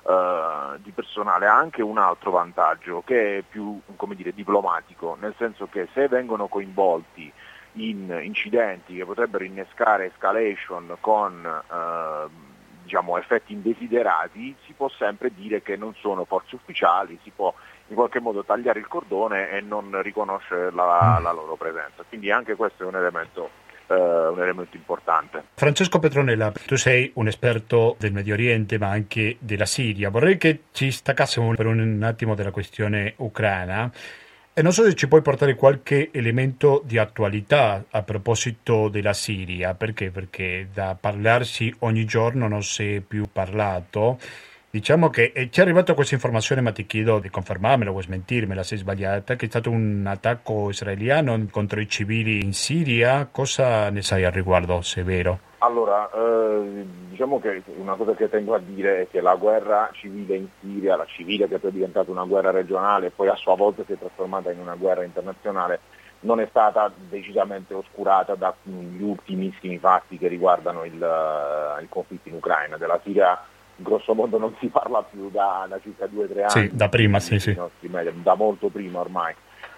eh, di personale ha anche un altro vantaggio, che è più, come dire, diplomatico, nel senso che se vengono coinvolti in incidenti che potrebbero innescare escalation con eh, diciamo, effetti indesiderati, si può sempre dire che non sono forze ufficiali, si può in qualche modo tagliare il cordone e non riconoscere la, la loro presenza. Quindi anche questo è un elemento Uh, un elemento importante. Francesco Petronella, tu sei un esperto del Medio Oriente ma anche della Siria. Vorrei che ci staccassimo per un attimo dalla questione ucraina e non so se ci puoi portare qualche elemento di attualità a proposito della Siria. Perché? Perché da parlarsi ogni giorno non si è più parlato. Diciamo che eh, ci è arrivata questa informazione, ma ti chiedo di confermarmela o smentirmela se è sbagliata, che è stato un attacco israeliano contro i civili in Siria. Cosa ne sai al riguardo, se è vero? Allora, eh, diciamo che una cosa che tengo a dire è che la guerra civile in Siria, la civile che poi è diventata una guerra regionale e poi a sua volta si è trasformata in una guerra internazionale, non è stata decisamente oscurata dagli ultimissimi fatti che riguardano il, il conflitto in Ucraina. Della Siria grosso modo non si parla più da, da circa due o tre anni. Sì, da prima, sì, sì. Da molto prima ormai.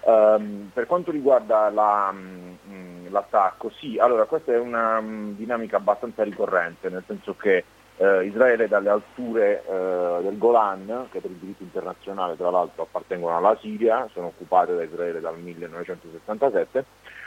Um, per quanto riguarda la, mh, l'attacco, sì, allora questa è una mh, dinamica abbastanza ricorrente, nel senso che uh, Israele dalle alture uh, del Golan, che per il diritto internazionale tra l'altro appartengono alla Siria, sono occupate da Israele dal millenovecentosettantasette,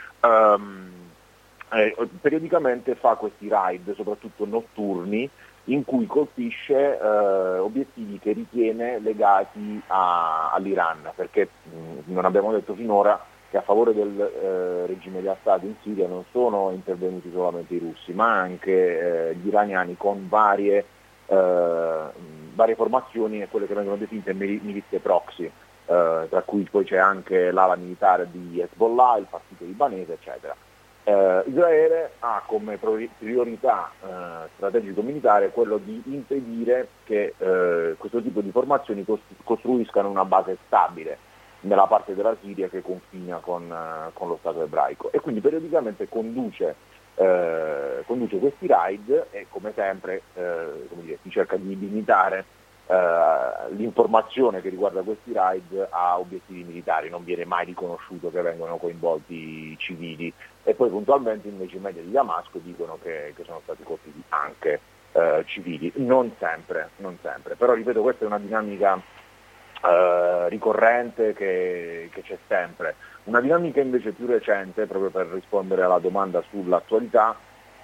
um, eh, periodicamente fa questi raid, soprattutto notturni, in cui colpisce eh, obiettivi che ritiene legati a, all'Iran, perché mh, non abbiamo detto finora che a favore del eh, regime di Assad in Siria non sono intervenuti solamente i russi, ma anche eh, gli iraniani con varie, eh, varie formazioni e quelle che vengono definite milizie proxy, eh, tra cui poi c'è anche l'ala militare di Hezbollah, il partito libanese, eccetera. Eh, Israele ha come priorità eh, strategico-militare quello di impedire che eh, questo tipo di formazioni costruiscano una base stabile nella parte della Siria che confina con, eh, con lo Stato ebraico, e quindi periodicamente conduce, eh, conduce questi raid e come sempre eh, come dire, si cerca di limitare Uh, l'informazione che riguarda questi raid a obiettivi militari, non viene mai riconosciuto che vengono coinvolti civili, e poi puntualmente invece i media di Damasco dicono che, che sono stati colpiti anche uh, civili, non sempre, non sempre, però ripeto, questa è una dinamica uh, ricorrente che, che c'è sempre. Una dinamica invece più recente, proprio per rispondere alla domanda sull'attualità,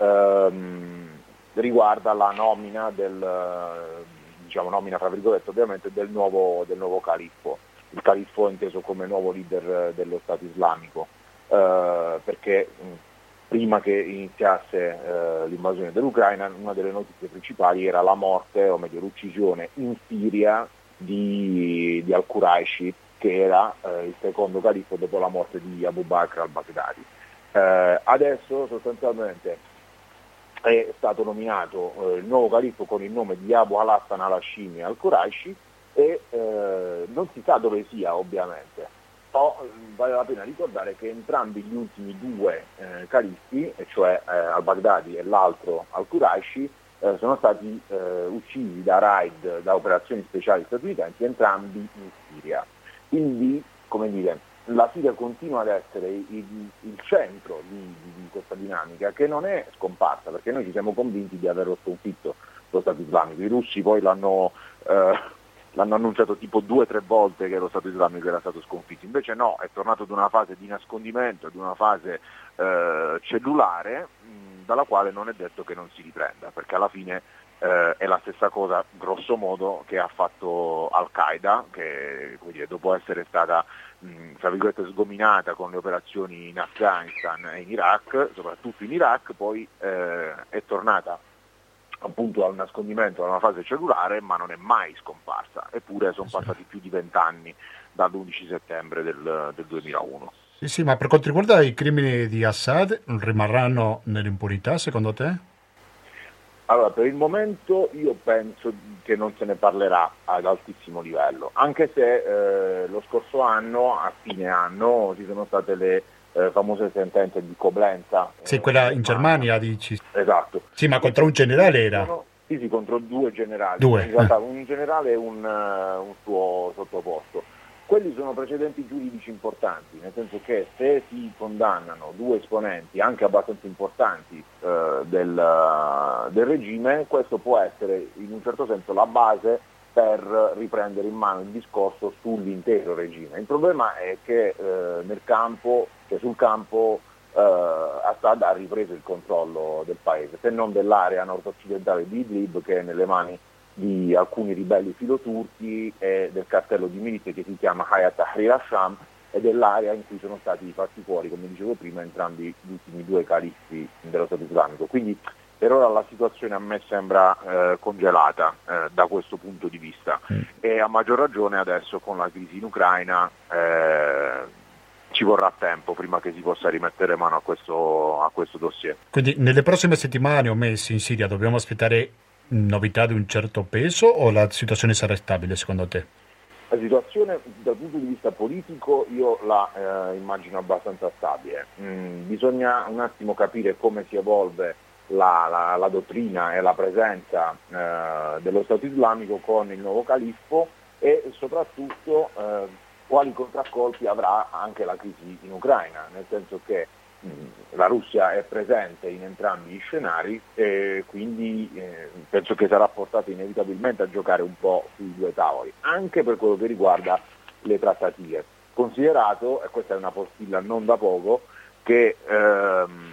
um, riguarda la nomina del diciamo nomina fra virgolette ovviamente del nuovo, del nuovo califfo, il califfo inteso come nuovo leader dello Stato islamico, eh, perché mh, prima che iniziasse eh, l'invasione dell'Ucraina una delle notizie principali era la morte, o meglio l'uccisione in Siria di, di al-Quraishi, che era eh, il secondo califfo dopo la morte di Abu Bakr al-Baghdadi. Eh, adesso sostanzialmente è stato nominato eh, il nuovo califfo con il nome di Abu al-Hassan al-Hashimi al-Quraishi e eh, non si sa dove sia ovviamente. però vale la pena ricordare che entrambi gli ultimi due eh, califi, e cioè eh, al-Baghdadi e l'altro al-Quraishi, eh, sono stati eh, uccisi da raid, da operazioni speciali statunitensi, entrambi in Siria. Quindi, come dire, la Siria continua ad essere il, il centro di, di, di questa dinamica, che non è scomparsa, perché noi ci siamo convinti di averlo sconfitto lo Stato islamico. I russi poi l'hanno... Eh, L'hanno annunciato tipo due o tre volte che lo Stato islamico era stato sconfitto, invece no, è tornato ad una fase di nascondimento, ad una fase eh, cellulare, mh, dalla quale non è detto che non si riprenda, perché alla fine eh, è la stessa cosa, grosso modo, che ha fatto Al-Qaeda, che, come dire, dopo essere stata mh, tra virgolette sgominata con le operazioni in Afghanistan e in Iraq, soprattutto in Iraq, poi eh, è tornata appunto al nascondimento, a una fase cellulare, ma non è mai scomparsa, eppure sono passati più di vent'anni dall'undici settembre del, del duemilauno. Sì, sì, ma per quanto riguarda i crimini di Assad, rimarranno nell'impunità secondo te? Allora, per il momento io penso che non se ne parlerà ad altissimo livello, anche se eh, lo scorso anno, a fine anno, ci sono state le Eh, famose sentenze di Coblenza. Sì, eh, quella in Germania dici. Esatto. Sì, ma contro un generale era? Sono, sì, sì, contro due generali. Due. In realtà un generale e un, uh, un suo sottoposto. Quelli sono precedenti giuridici importanti, nel senso che se si condannano due esponenti, anche abbastanza importanti, uh, del, uh, del regime, questo può essere in un certo senso la base per riprendere in mano il discorso sull'intero regime. Il problema è che eh, nel campo, cioè sul campo, eh, Assad ha ripreso il controllo del paese, se non dell'area nord-occidentale di Idlib, che è nelle mani di alcuni ribelli filoturchi, e del cartello di milizie che si chiama Hayat Tahrir al-Sham, e dell'area in cui sono stati fatti fuori, come dicevo prima, entrambi gli ultimi due califi dello Stato islamico. Quindi per ora la situazione a me sembra eh, congelata eh, da questo punto di vista, mm. e a maggior ragione adesso con la crisi in Ucraina eh, ci vorrà tempo prima che si possa rimettere mano a questo, a questo dossier. Quindi nelle prossime settimane o mesi in Siria dobbiamo aspettare novità di un certo peso o la situazione sarà stabile secondo te? La situazione dal punto di vista politico io la eh, immagino abbastanza stabile. Mm, bisogna un attimo capire come si evolve La, la, la dottrina e la presenza eh, dello Stato islamico con il nuovo califfo, e soprattutto eh, quali contraccolpi avrà anche la crisi in Ucraina, nel senso che mh, la Russia è presente in entrambi gli scenari e quindi eh, penso che sarà portata inevitabilmente a giocare un po' sui due tavoli, anche per quello che riguarda le trattative, considerato, e questa è una postilla non da poco, che ehm,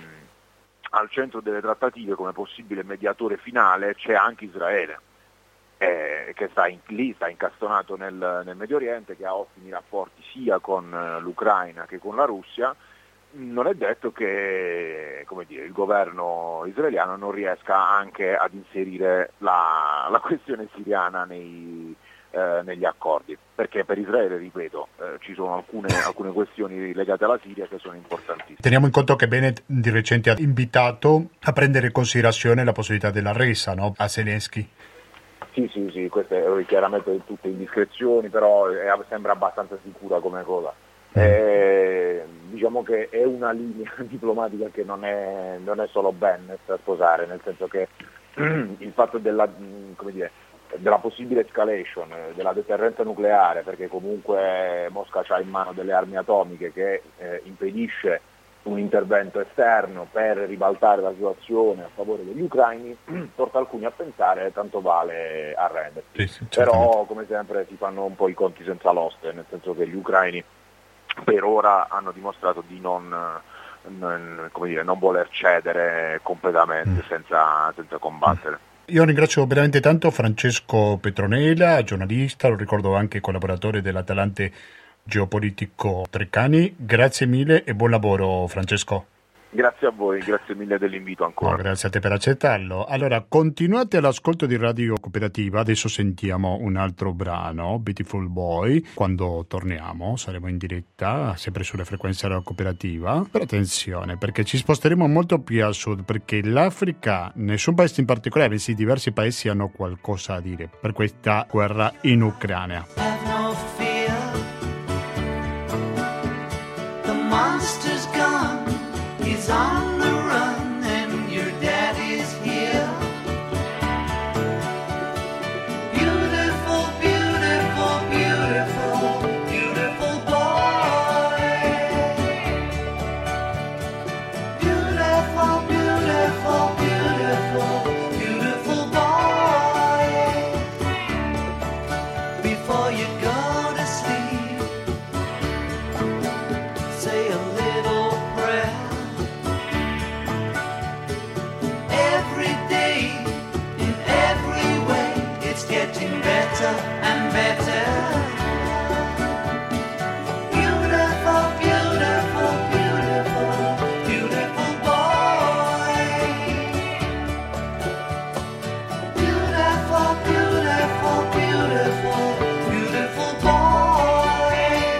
al centro delle trattative come possibile mediatore finale c'è anche Israele, eh, che sta in, lì sta incastonato nel, nel Medio Oriente, che ha ottimi rapporti sia con eh, l'Ucraina che con la Russia. Non è detto che, come dire, il governo israeliano non riesca anche ad inserire la, la questione siriana nei, eh, negli accordi, perché per Israele, ripeto, eh, ci sono alcune, alcune questioni legate alla Siria che sono importantissime. Teniamo in conto che Bennett di recente ha invitato a prendere in considerazione la possibilità della resa, no? A Zelensky. Sì, sì, sì, queste chiaramente tutte indiscrezioni, però è, sembra abbastanza sicura come cosa. Eh, diciamo che è una linea diplomatica che non è, non è solo Bennett a sposare, nel senso che il fatto della, come dire, della possibile escalation, della deterrenza nucleare, perché comunque Mosca ha in mano delle armi atomiche che eh, impedisce un intervento esterno per ribaltare la situazione a favore degli ucraini, porta alcuni a pensare tanto vale arrendersi. Sì, sì, però come sempre si fanno un po' i conti senza l'oste, nel senso che gli ucraini per ora hanno dimostrato di non, non, come dire, non voler cedere completamente mm. senza, senza combattere. Io ringrazio veramente tanto Francesco Petronella, giornalista, lo ricordo anche collaboratore dell'Atalante geopolitico Treccani. Grazie mille e buon lavoro, Francesco. Grazie a voi, grazie mille dell'invito ancora. No, grazie a te per accettarlo. Allora, continuate all'ascolto di Radio Cooperativa, adesso sentiamo un altro brano, Beautiful Boy. Quando torniamo saremo in diretta, sempre sulle frequenze della Cooperativa. Però attenzione, perché ci sposteremo molto più a sud, perché l'Africa, nessun paese in particolare, sì, diversi paesi hanno qualcosa a dire per questa guerra in Ucraina. Have no fear. monster's gone, he's on the run, and your daddy's here. Beautiful, beautiful, beautiful, beautiful boy. Beautiful, beautiful, beautiful, beautiful boy. Before you go to sleep, say a little prayer. Every day, in every way, it's getting better and better. Beautiful, beautiful, beautiful, beautiful boy. Beautiful, beautiful, beautiful, beautiful boy.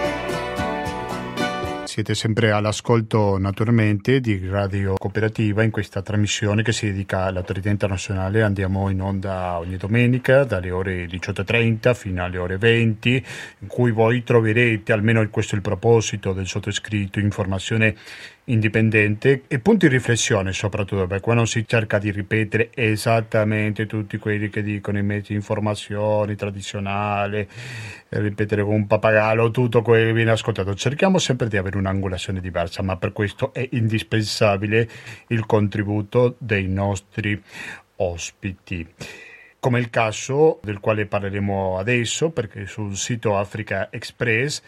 Siete sempre all'ascolto naturalmente di Radio Cooperativa in questa trasmissione che si dedica all'attualità internazionale. Andiamo in onda ogni domenica dalle ore diciotto e trenta fino alle ore venti, in cui voi troverete, almeno questo è il proposito del sottoscritto, informazione indipendente e punti di riflessione, soprattutto perché qua non si cerca di ripetere esattamente tutti quelli che dicono i mezzi di informazione tradizionali, ripetere con un pappagallo tutto quello che viene ascoltato. Cerchiamo sempre di avere un'angolazione diversa, ma per questo è indispensabile il contributo dei nostri ospiti, come il caso del quale parleremo adesso, perché sul sito Africa Express,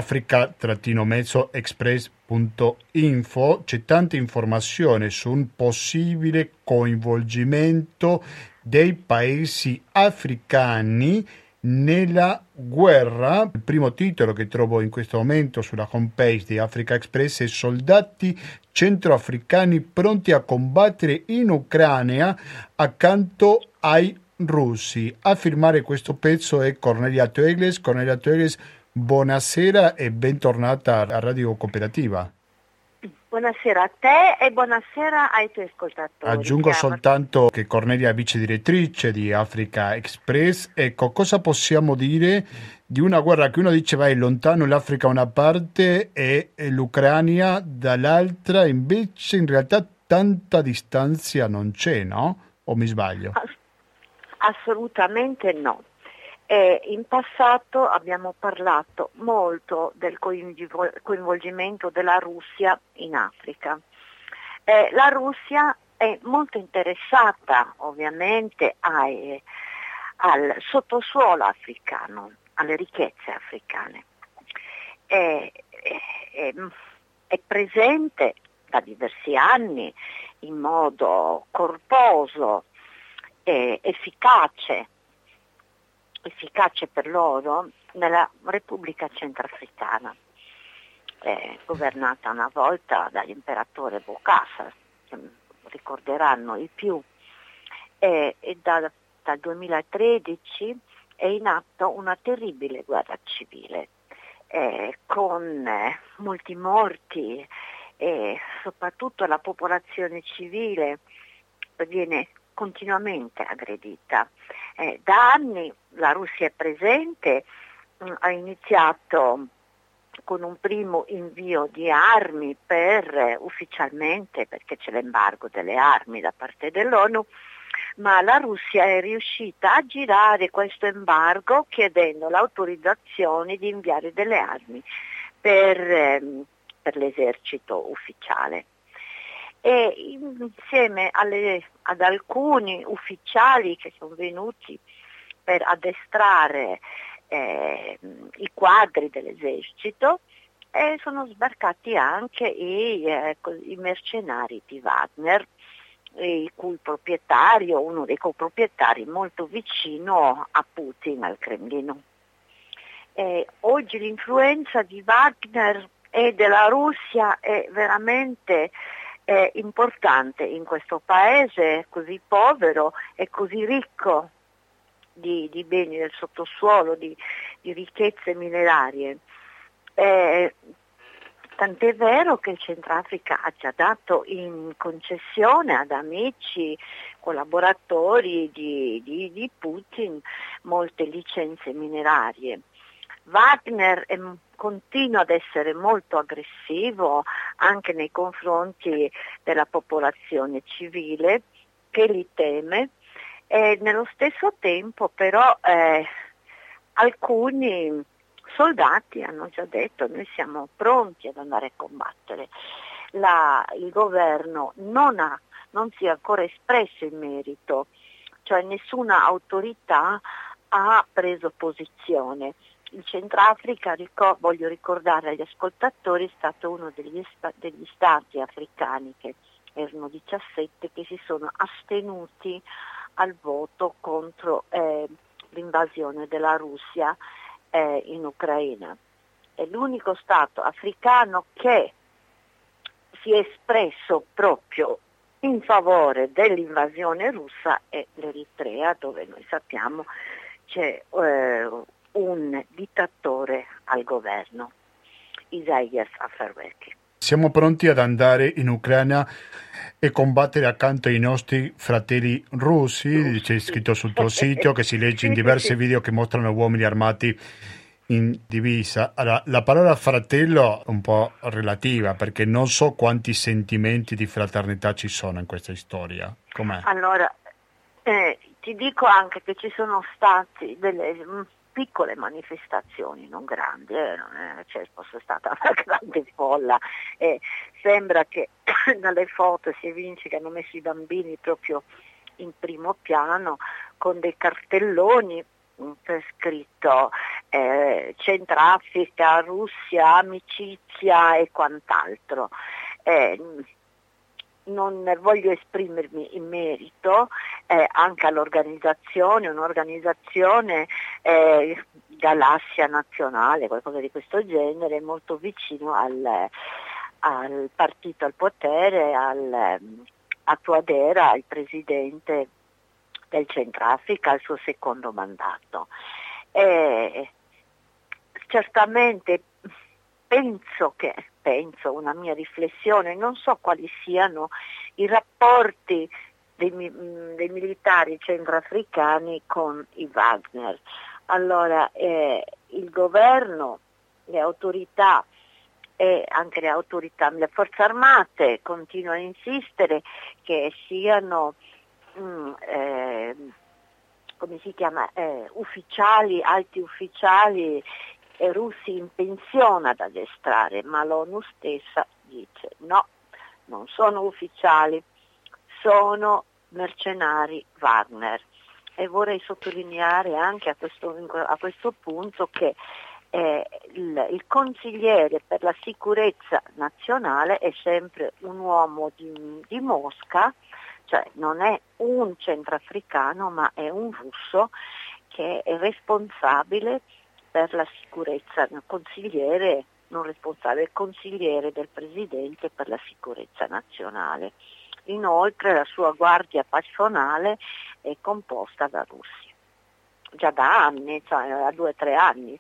africa-express punto info, c'è tanta informazione su un possibile coinvolgimento dei paesi africani nella guerra. Il primo titolo che trovo in questo momento sulla homepage di Africa Express è Soldati centroafricani pronti a combattere in Ucraina accanto ai russi. A firmare questo pezzo è Cornelia Teughles. Cornelia Teughles, buonasera e bentornata a Radio Cooperativa. Buonasera a te e buonasera ai tuoi ascoltatori. Aggiungo Chiama. soltanto che Cornelia è vice direttrice di Africa Express. Ecco, cosa possiamo dire di una guerra che uno dice vai lontano, l'Africa una parte e l'Ucraina dall'altra, invece in realtà tanta distanza non c'è, no? O mi sbaglio? Assolutamente no. Eh, in passato abbiamo parlato molto del coinvolgimento della Russia in Africa. Eh, la Russia è molto interessata ovviamente ai, al sottosuolo africano, alle ricchezze africane. È, è, è presente da diversi anni in modo corposo e efficace efficace per loro nella Repubblica Centrafricana, eh, governata una volta dall'imperatore Bokassa, che ricorderanno i più, eh, e da, dal duemilatredici è in atto una terribile guerra civile, eh, con eh, molti morti e soprattutto la popolazione civile viene continuamente aggredita. Eh, da anni la Russia è presente, mh, ha iniziato con un primo invio di armi per eh, ufficialmente, perché c'è l'embargo delle armi da parte dell'ONU, ma la Russia è riuscita a girare questo embargo chiedendo l'autorizzazione di inviare delle armi per, ehm, per l'esercito ufficiale. E insieme alle, ad alcuni ufficiali che sono venuti per addestrare eh, i quadri dell'esercito, eh, sono sbarcati anche i, eh, i mercenari di Wagner, il cui proprietario, uno dei coproprietari molto vicino a Putin, al Cremlino. Eh, oggi l'influenza di Wagner e della Russia è veramente è importante in questo paese così povero e così ricco di, di beni del sottosuolo, di, di ricchezze minerarie. Eh, tant'è vero che il Centrafrica ha già dato in concessione ad amici, collaboratori di, di, di Putin molte licenze minerarie. Wagner è, continua ad essere molto aggressivo anche nei confronti della popolazione civile che li teme, e nello stesso tempo però eh, alcuni soldati hanno già detto: noi siamo pronti ad andare a combattere. La, il governo non, ha, non si è ancora espresso in merito, cioè nessuna autorità ha preso posizione. Il Centrafrica, ricor- voglio ricordare agli ascoltatori, è stato uno degli, sta- degli stati africani, che erano diciassette, che si sono astenuti al voto contro eh, l'invasione della Russia eh, in Ucraina. È l'unico stato africano che si è espresso proprio in favore dell'invasione russa è l'Eritrea, dove noi sappiamo c'è eh, un dittatore al governo, Isaias Afwerki. Siamo pronti ad andare in Ucraina e combattere accanto ai nostri fratelli russi, c'è scritto sul tuo sito, che si legge in diversi video che mostrano uomini armati in divisa. Allora, la parola fratello è un po' relativa, perché non so quanti sentimenti di fraternità ci sono in questa storia. Com'è? Allora, eh, ti dico anche che ci sono stati delle mh, piccole manifestazioni, non grandi, eh, non è, cioè, fosse stata una grande folla. Eh, sembra che dalle foto si evince che hanno messo i bambini proprio in primo piano con dei cartelloni per scritto eh, Centrafrica, Russia, amicizia e quant'altro. Eh, non voglio esprimermi in merito eh, anche all'organizzazione, un'organizzazione eh, galassia nazionale, qualcosa di questo genere, molto vicino al, al partito al potere, al, a Touadéra, il presidente del Centrafrica, al suo secondo mandato. Eh, certamente penso che, penso, una mia riflessione, non so quali siano i rapporti dei, dei militari centroafricani con i Wagner. Allora, eh, il governo, le autorità e anche le autorità, le forze armate continuano a insistere che siano Mm, eh, come si chiama, eh, ufficiali, alti ufficiali eh, russi in pensione ad addestrare, ma l'ONU stessa dice no, non sono ufficiali, sono mercenari Wagner. E vorrei sottolineare anche a questo, a questo punto che eh, il, il consigliere per la sicurezza nazionale è sempre un uomo di, di Mosca, cioè non è un centroafricano ma è un russo che è responsabile per la sicurezza, consigliere, non responsabile, consigliere del presidente per la sicurezza nazionale. Inoltre la sua guardia passionale è composta da russi, già da anni, cioè da due o tre anni.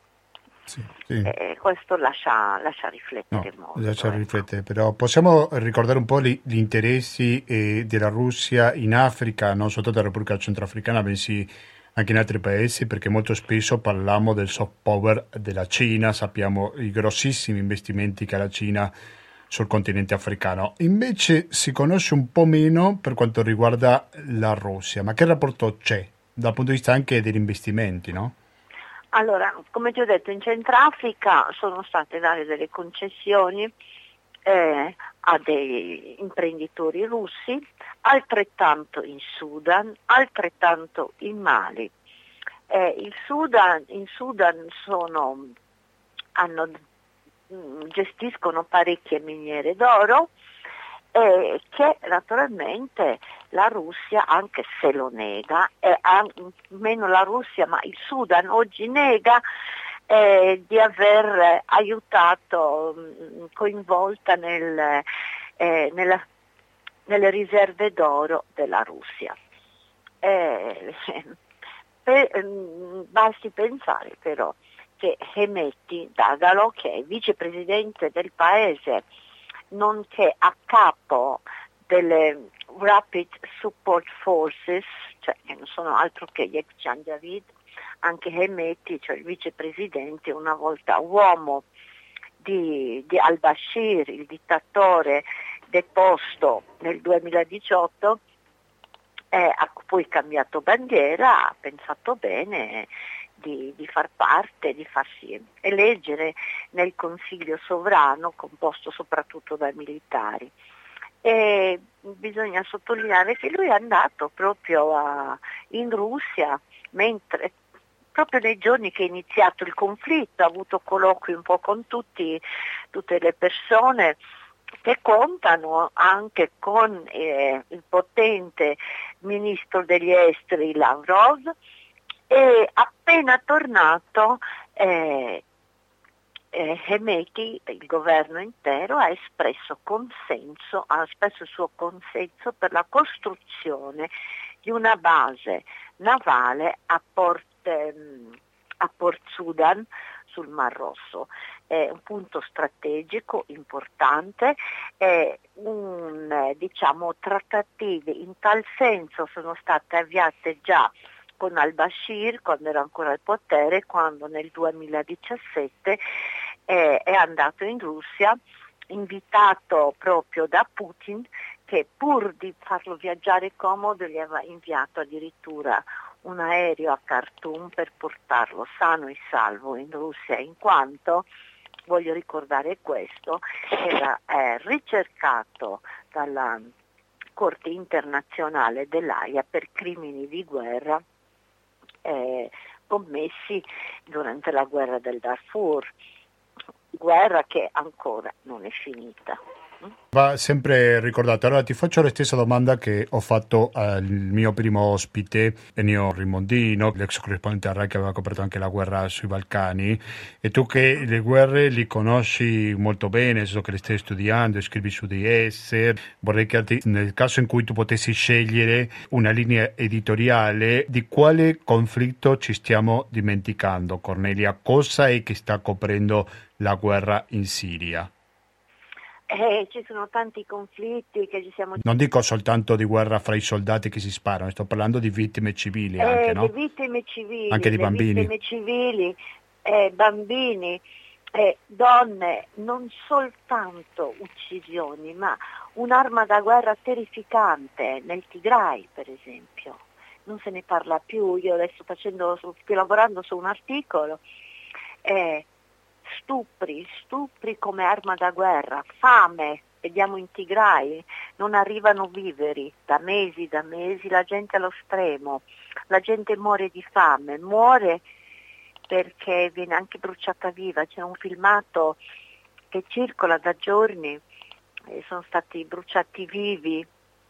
Sì, sì. Eh, questo lascia, lascia riflettere no, molto. Lascia ecco. riflettere, però possiamo ricordare un po' gli, gli interessi eh, della Russia in Africa, non soltanto della Repubblica Centroafricana, bensì anche in altri paesi, perché molto spesso parliamo del soft power della Cina, sappiamo i grossissimi investimenti che ha la Cina sul continente africano. Invece si conosce un po' meno per quanto riguarda la Russia, ma che rapporto c'è dal punto di vista anche degli investimenti, no? Allora, come ti ho detto, in Centrafrica sono state date delle concessioni eh, a dei imprenditori russi, altrettanto in Sudan, altrettanto in Mali. Eh, il Sudan, in Sudan sono, hanno, gestiscono parecchie miniere d'oro eh, che naturalmente la Russia, anche se lo nega, eh, meno la Russia, ma il Sudan oggi nega eh, di aver aiutato, mh, coinvolta nel, eh, nella, nelle riserve d'oro della Russia. Eh, per, mh, basti pensare però che Hemeti Dagalo, che è vicepresidente del paese, nonché a capo delle Rapid Support Forces, cioè che non sono altro che gli ex Janjaweed, anche Hemeti, cioè il vicepresidente, una volta uomo di, di al-Bashir, il dittatore deposto nel duemiladiciotto, eh, ha poi cambiato bandiera, ha pensato bene di, di far parte, di farsi eleggere nel Consiglio sovrano composto soprattutto dai militari. E bisogna sottolineare che lui è andato proprio a, in Russia, mentre proprio nei giorni che è iniziato il conflitto, ha avuto colloqui un po' con tutti, tutte le persone che contano, anche con eh, il potente ministro degli esteri Lavrov, e appena tornato eh, eh, Hemeti, il governo intero, ha espresso consenso, ha espresso il suo consenso per la costruzione di una base navale a Port, ehm, a Port Sudan sul Mar Rosso. È un punto strategico importante, è un, eh, diciamo, trattative in tal senso sono state avviate già con al-Bashir quando era ancora al potere, quando nel duemiladiciassette eh, è andato in Russia, invitato proprio da Putin, che pur di farlo viaggiare comodo gli aveva inviato addirittura un aereo a Khartoum per portarlo sano e salvo in Russia, in quanto, voglio ricordare questo, era eh, ricercato dalla Corte internazionale dell'Aia per crimini di guerra eh, commessi durante la guerra del Darfur, guerra che ancora non è finita. Va sempre ricordato. Allora ti faccio la stessa domanda che ho fatto al mio primo ospite, Ennio Rimondino, l'ex corrispondente a RAI che aveva coperto anche la guerra sui Balcani, e tu che le guerre li conosci molto bene, so che le stai studiando, scrivi su di esse, vorrei chiederti, nel caso in cui tu potessi scegliere una linea editoriale, di quale conflitto ci stiamo dimenticando, Cornelia? Cosa è che sta coprendo la guerra in Siria? Eh, ci sono tanti conflitti che ci siamo... Non dico soltanto di guerra fra i soldati che si sparano, sto parlando di vittime civili eh, anche, no? Di vittime civili, anche di le bambini. Vittime civili, eh, bambini, eh, donne, non soltanto uccisioni, ma un'arma da guerra terrificante nel Tigray, per esempio. Non se ne parla più, io adesso facendo, sto lavorando su un articolo, eh, stupri, stupri come arma da guerra, fame, vediamo in Tigray, non arrivano viveri, da mesi, da mesi, la gente allo stremo, la gente muore di fame, muore perché viene anche bruciata viva, c'è un filmato che circola da giorni, eh, sono stati bruciati vivi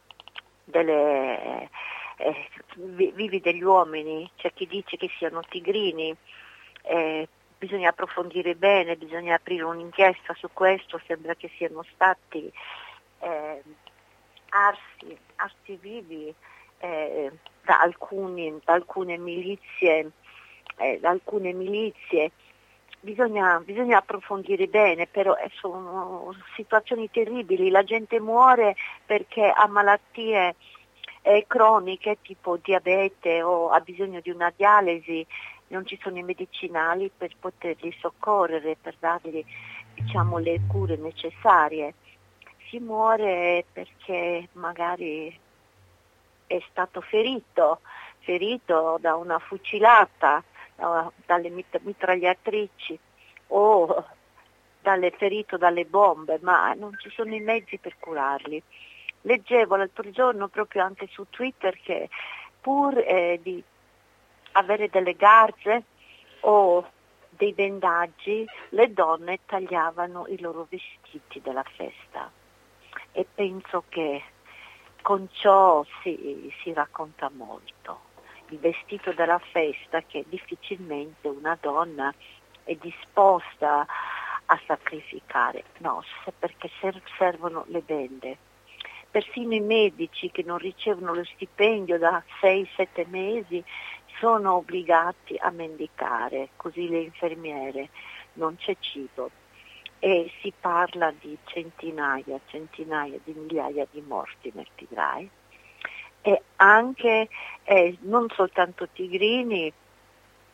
delle, eh, vivi degli uomini, c'è chi dice che siano tigrini, eh, bisogna approfondire bene, bisogna aprire un'inchiesta su questo, sembra che siano stati eh, arsi, arsi vivi eh, da, alcuni, da alcune milizie, eh, da alcune milizie. Bisogna, bisogna approfondire bene, però eh, sono situazioni terribili, la gente muore perché ha malattie eh, croniche tipo diabete o ha bisogno di una dialisi, non ci sono i medicinali per poterli soccorrere, per dargli, diciamo, le cure necessarie. Si muore perché magari è stato ferito, ferito da una fucilata, da, dalle mitragliatrici o dalle, ferito dalle bombe, ma non ci sono i mezzi per curarli. Leggevo l'altro giorno proprio anche su Twitter che pur eh, di avere delle garze o dei bendaggi, le donne tagliavano i loro vestiti della festa, e penso che con ciò si, si racconta molto. Il vestito della festa che difficilmente una donna è disposta a sacrificare, no, perché servono le bende. Persino i medici che non ricevono lo stipendio da sei sette mesi sono obbligati a mendicare, così le infermiere, non c'è cibo, e si parla di centinaia, centinaia di migliaia di morti nel Tigray, e anche eh, non soltanto tigrini,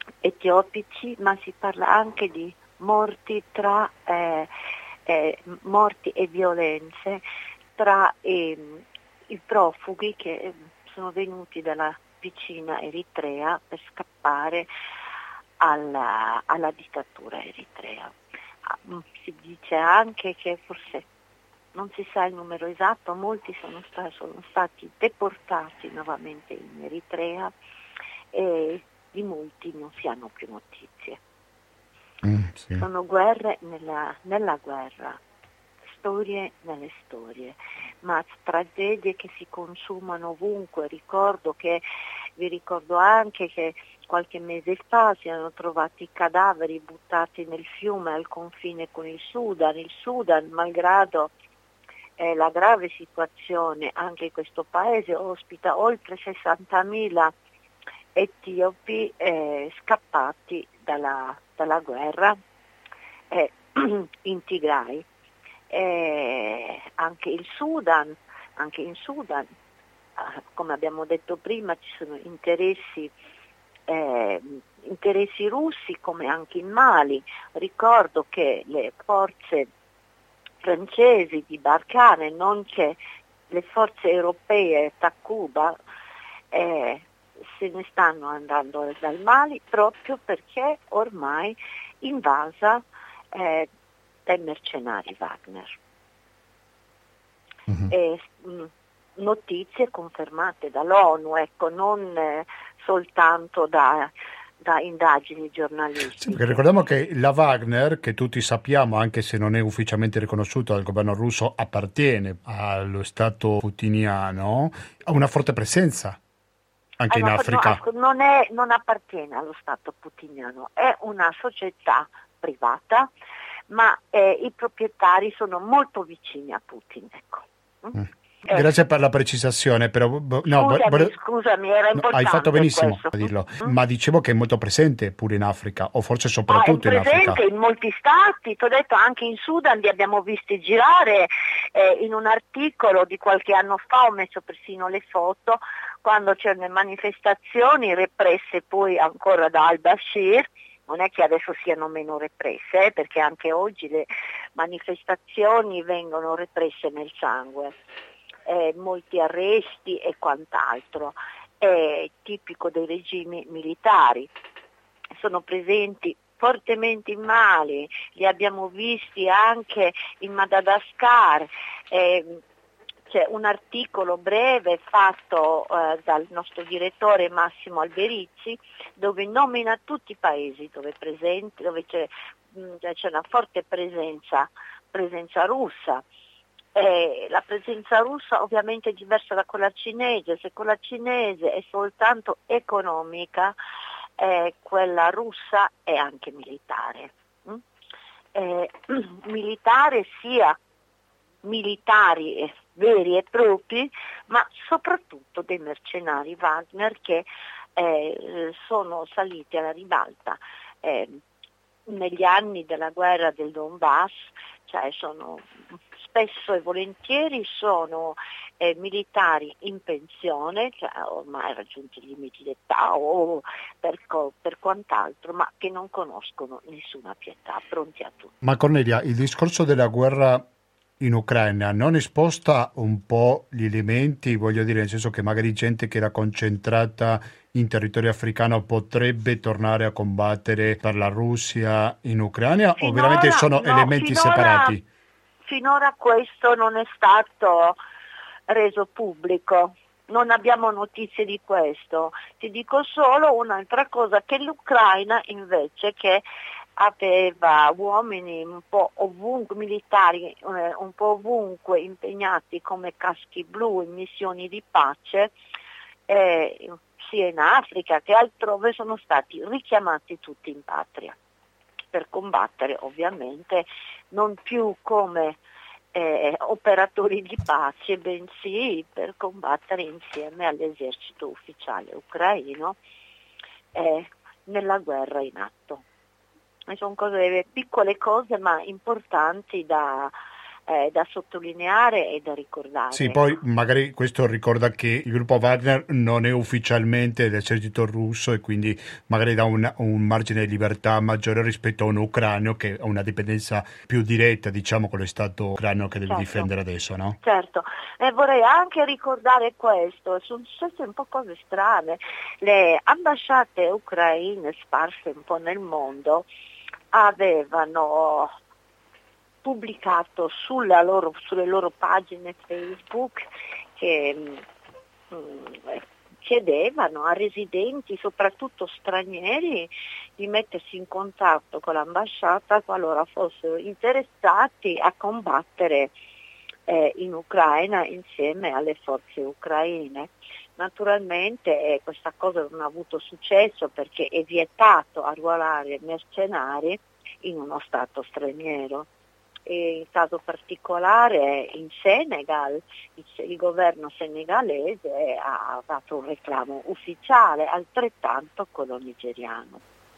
etiopici, ma si parla anche di morti tra eh, eh, morti e violenze tra eh, i profughi che sono venuti dalla vicina Eritrea per scappare alla, alla dittatura eritrea. Si dice anche che forse non si sa il numero esatto, molti sono, sta- sono stati deportati nuovamente in Eritrea e di molti non si hanno più notizie. Mm, sì. Sono guerre nella, nella guerra, storie nelle storie, ma tragedie che si consumano ovunque. Ricordo che, vi ricordo anche che qualche mese fa si erano trovati cadaveri buttati nel fiume al confine con il Sudan. Il Sudan, malgrado eh, la grave situazione, anche questo paese ospita oltre sessantamila etiopi eh, scappati dalla, dalla guerra eh, in Tigray. Eh, anche il Sudan, anche in Sudan, eh, come abbiamo detto prima, ci sono interessi, eh, interessi russi come anche in Mali. Ricordo che le forze francesi di Barkhane, nonché le forze europee Takuba, eh, se ne stanno andando dal Mali proprio perché ormai invasa eh, dai mercenari Wagner. Mhm. E, mh, notizie confermate dall'ONU, ecco, non eh, soltanto da, da indagini giornalistiche. Sì, perché ricordiamo che la Wagner, che tutti sappiamo, anche se non è ufficialmente riconosciuta dal governo russo, appartiene allo Stato putiniano, ha una forte presenza anche in Allora, Africa. no, non, è, non appartiene allo Stato putiniano, è una società privata, ma eh, i proprietari sono molto vicini a Putin. Ecco. Mm. Eh, Grazie per la precisazione, però no, scusami, vole- scusami, era no, importante hai fatto benissimo questo. a dirlo, Mm? ma dicevo che è molto presente pure in Africa, o forse Ah, è soprattutto in Africa. presente in molti stati, ti ho detto anche in Sudan li abbiamo visti girare, eh, in un articolo di qualche anno fa ho messo persino le foto quando c'erano le manifestazioni represse poi ancora da al-Bashir. Non è che adesso siano meno represse, eh, perché anche oggi le manifestazioni vengono represse nel sangue, eh, molti arresti e quant'altro, è tipico dei regimi militari. Sono presenti fortemente in Mali, li abbiamo visti anche in Madagascar. Eh, c'è un articolo breve fatto eh, dal nostro direttore Massimo Alberici dove nomina tutti i paesi dove, è presente, dove c'è, mh, c'è una forte presenza, presenza russa. Eh, la presenza russa ovviamente è diversa da quella cinese, se quella cinese è soltanto economica, eh, quella russa è anche militare. Mm? Eh, militare sia militari eh, veri e propri, ma soprattutto dei mercenari Wagner che eh, sono saliti alla ribalta eh, negli anni della guerra del Donbass, cioè sono spesso e volentieri sono eh, militari in pensione, cioè ormai raggiunti i limiti d'età o per, co- per quant'altro, ma che non conoscono nessuna pietà, pronti a tutto. Ma Cornelia, il discorso della guerra in Ucraina non sposta un po' gli elementi, voglio dire, nel senso che magari gente che era concentrata in territorio africano potrebbe tornare a combattere per la Russia in Ucraina, o veramente sono no, elementi finora, separati? Finora questo non è stato reso pubblico, non abbiamo notizie di questo. Ti dico solo un'altra cosa, che l'Ucraina invece che aveva uomini un po' ovunque, militari eh, un po' ovunque impegnati come caschi blu in missioni di pace, eh, sia in Africa che altrove, sono stati richiamati tutti in patria per combattere ovviamente non più come eh, operatori di pace, bensì per combattere insieme all'esercito ufficiale ucraino eh, nella guerra in atto. E sono cose, piccole cose ma importanti da, eh, da sottolineare e da ricordare. Sì, poi magari questo ricorda che il gruppo Wagner non è ufficialmente l'esercito russo e quindi magari dà un, un margine di libertà maggiore rispetto a un ucraino che ha una dipendenza più diretta, diciamo, con lo Stato ucraino che deve Certo. difendere adesso, no? Certo, e vorrei anche ricordare questo, sono successe un po' cose strane, le ambasciate ucraine sparse un po' nel mondo avevano pubblicato sulla loro, sulle loro pagine Facebook che mh, chiedevano a residenti, soprattutto stranieri, di mettersi in contatto con l'ambasciata qualora fossero interessati a combattere eh, in Ucraina insieme alle forze ucraine. Naturalmente eh, questa cosa non ha avuto successo perché è vietato arruolare mercenari in uno Stato straniero. E in caso particolare in Senegal il, il governo senegalese ha dato un reclamo ufficiale, altrettanto quello nigeriano.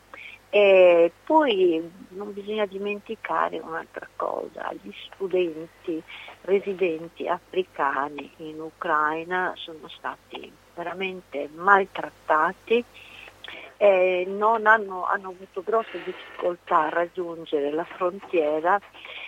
E poi non bisogna dimenticare un'altra cosa, gli studenti residenti africani in Ucraina sono stati veramente maltrattati, eh, non hanno, hanno avuto grosse difficoltà a raggiungere la frontiera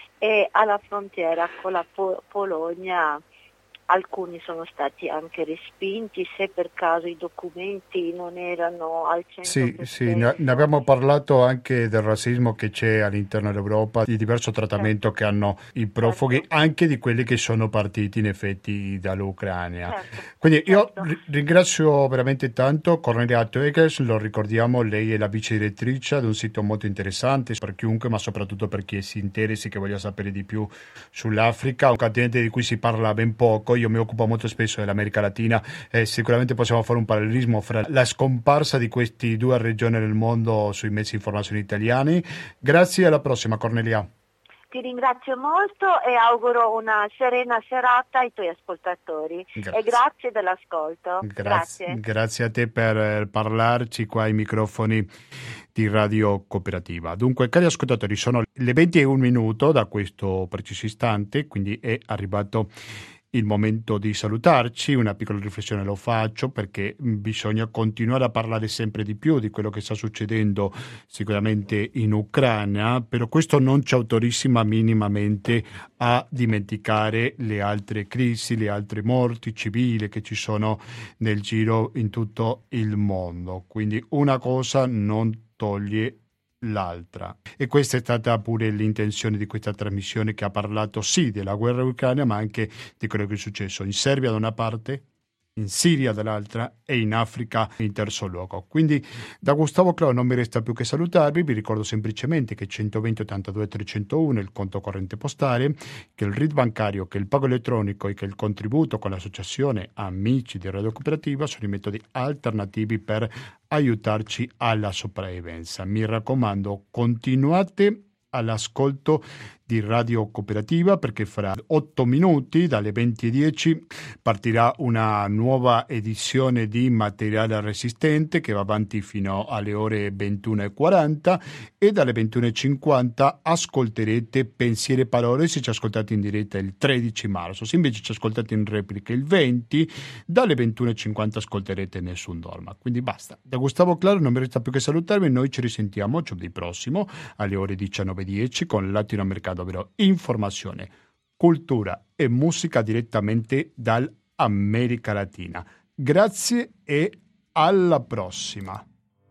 e alla frontiera con la po- Polonia alcuni sono stati anche respinti se per caso i documenti non erano al cento per cento. Sì, sì, ne ne abbiamo parlato anche del razzismo che c'è all'interno dell'Europa, di diverso trattamento Certo. che hanno i profughi, Certo. anche di quelli che sono partiti in effetti dall'Ucraina. Certo. Quindi io Certo. ri- ringrazio veramente tanto Cornelia Toekes, lo ricordiamo, lei è la vice direttrice di un sito molto interessante per chiunque, ma soprattutto per chi si interessi, che voglia sapere di più sull'Africa, un continente di cui si parla ben poco. Io mi occupo molto spesso dell'America Latina e sicuramente possiamo fare un parallelismo fra la scomparsa di queste due regioni nel mondo sui mezzi di informazione italiani. Grazie, alla prossima Cornelia. Ti ringrazio molto e auguro una serena serata ai tuoi ascoltatori. Grazie. E grazie dell'ascolto. Grazie, grazie a te per eh, parlarci qua ai microfoni di Radio Cooperativa. Dunque, cari ascoltatori, sono le venti e un minuto da questo preciso istante, quindi è arrivato il momento di salutarci. Una piccola riflessione lo faccio perché bisogna continuare a parlare sempre di più di quello che sta succedendo sicuramente in Ucraina, però questo non ci autorizza minimamente a dimenticare le altre crisi, le altre morti civili che ci sono nel giro in tutto il mondo. Quindi una cosa non toglie l'altra, e questa è stata pure l'intenzione di questa trasmissione, che ha parlato sì della guerra ucraina ma anche di quello che è successo in Serbia da una parte, in Siria dall'altra e in Africa in terzo luogo. Quindi da Gustavo Clau non mi resta più che salutarvi. Vi ricordo semplicemente che centoventi ottantadue trecentouno è il conto corrente postale, che il R I D bancario, che il pago elettronico e che il contributo con l'associazione Amici di Radio Cooperativa sono i metodi alternativi per aiutarci alla sopravvivenza. Mi raccomando, continuate all'ascolto di Radio Cooperativa, perché fra otto minuti dalle venti e dieci partirà una nuova edizione di Materiale Resistente che va avanti fino alle ore ventuno e quaranta, e dalle ventuno e cinquanta ascolterete Pensieri e Parole se ci ascoltate in diretta il tredici marzo. Se invece ci ascoltate in replica il venti, dalle ventuno e cinquanta ascolterete Nessun Dorma. Quindi basta. Da Gustavo Claro non mi resta più che salutarvi. Noi ci risentiamo giovedì prossimo alle ore diciannove e dieci con Latinoamericano, ovvero informazione, cultura e musica direttamente dall'America Latina. Grazie e alla prossima.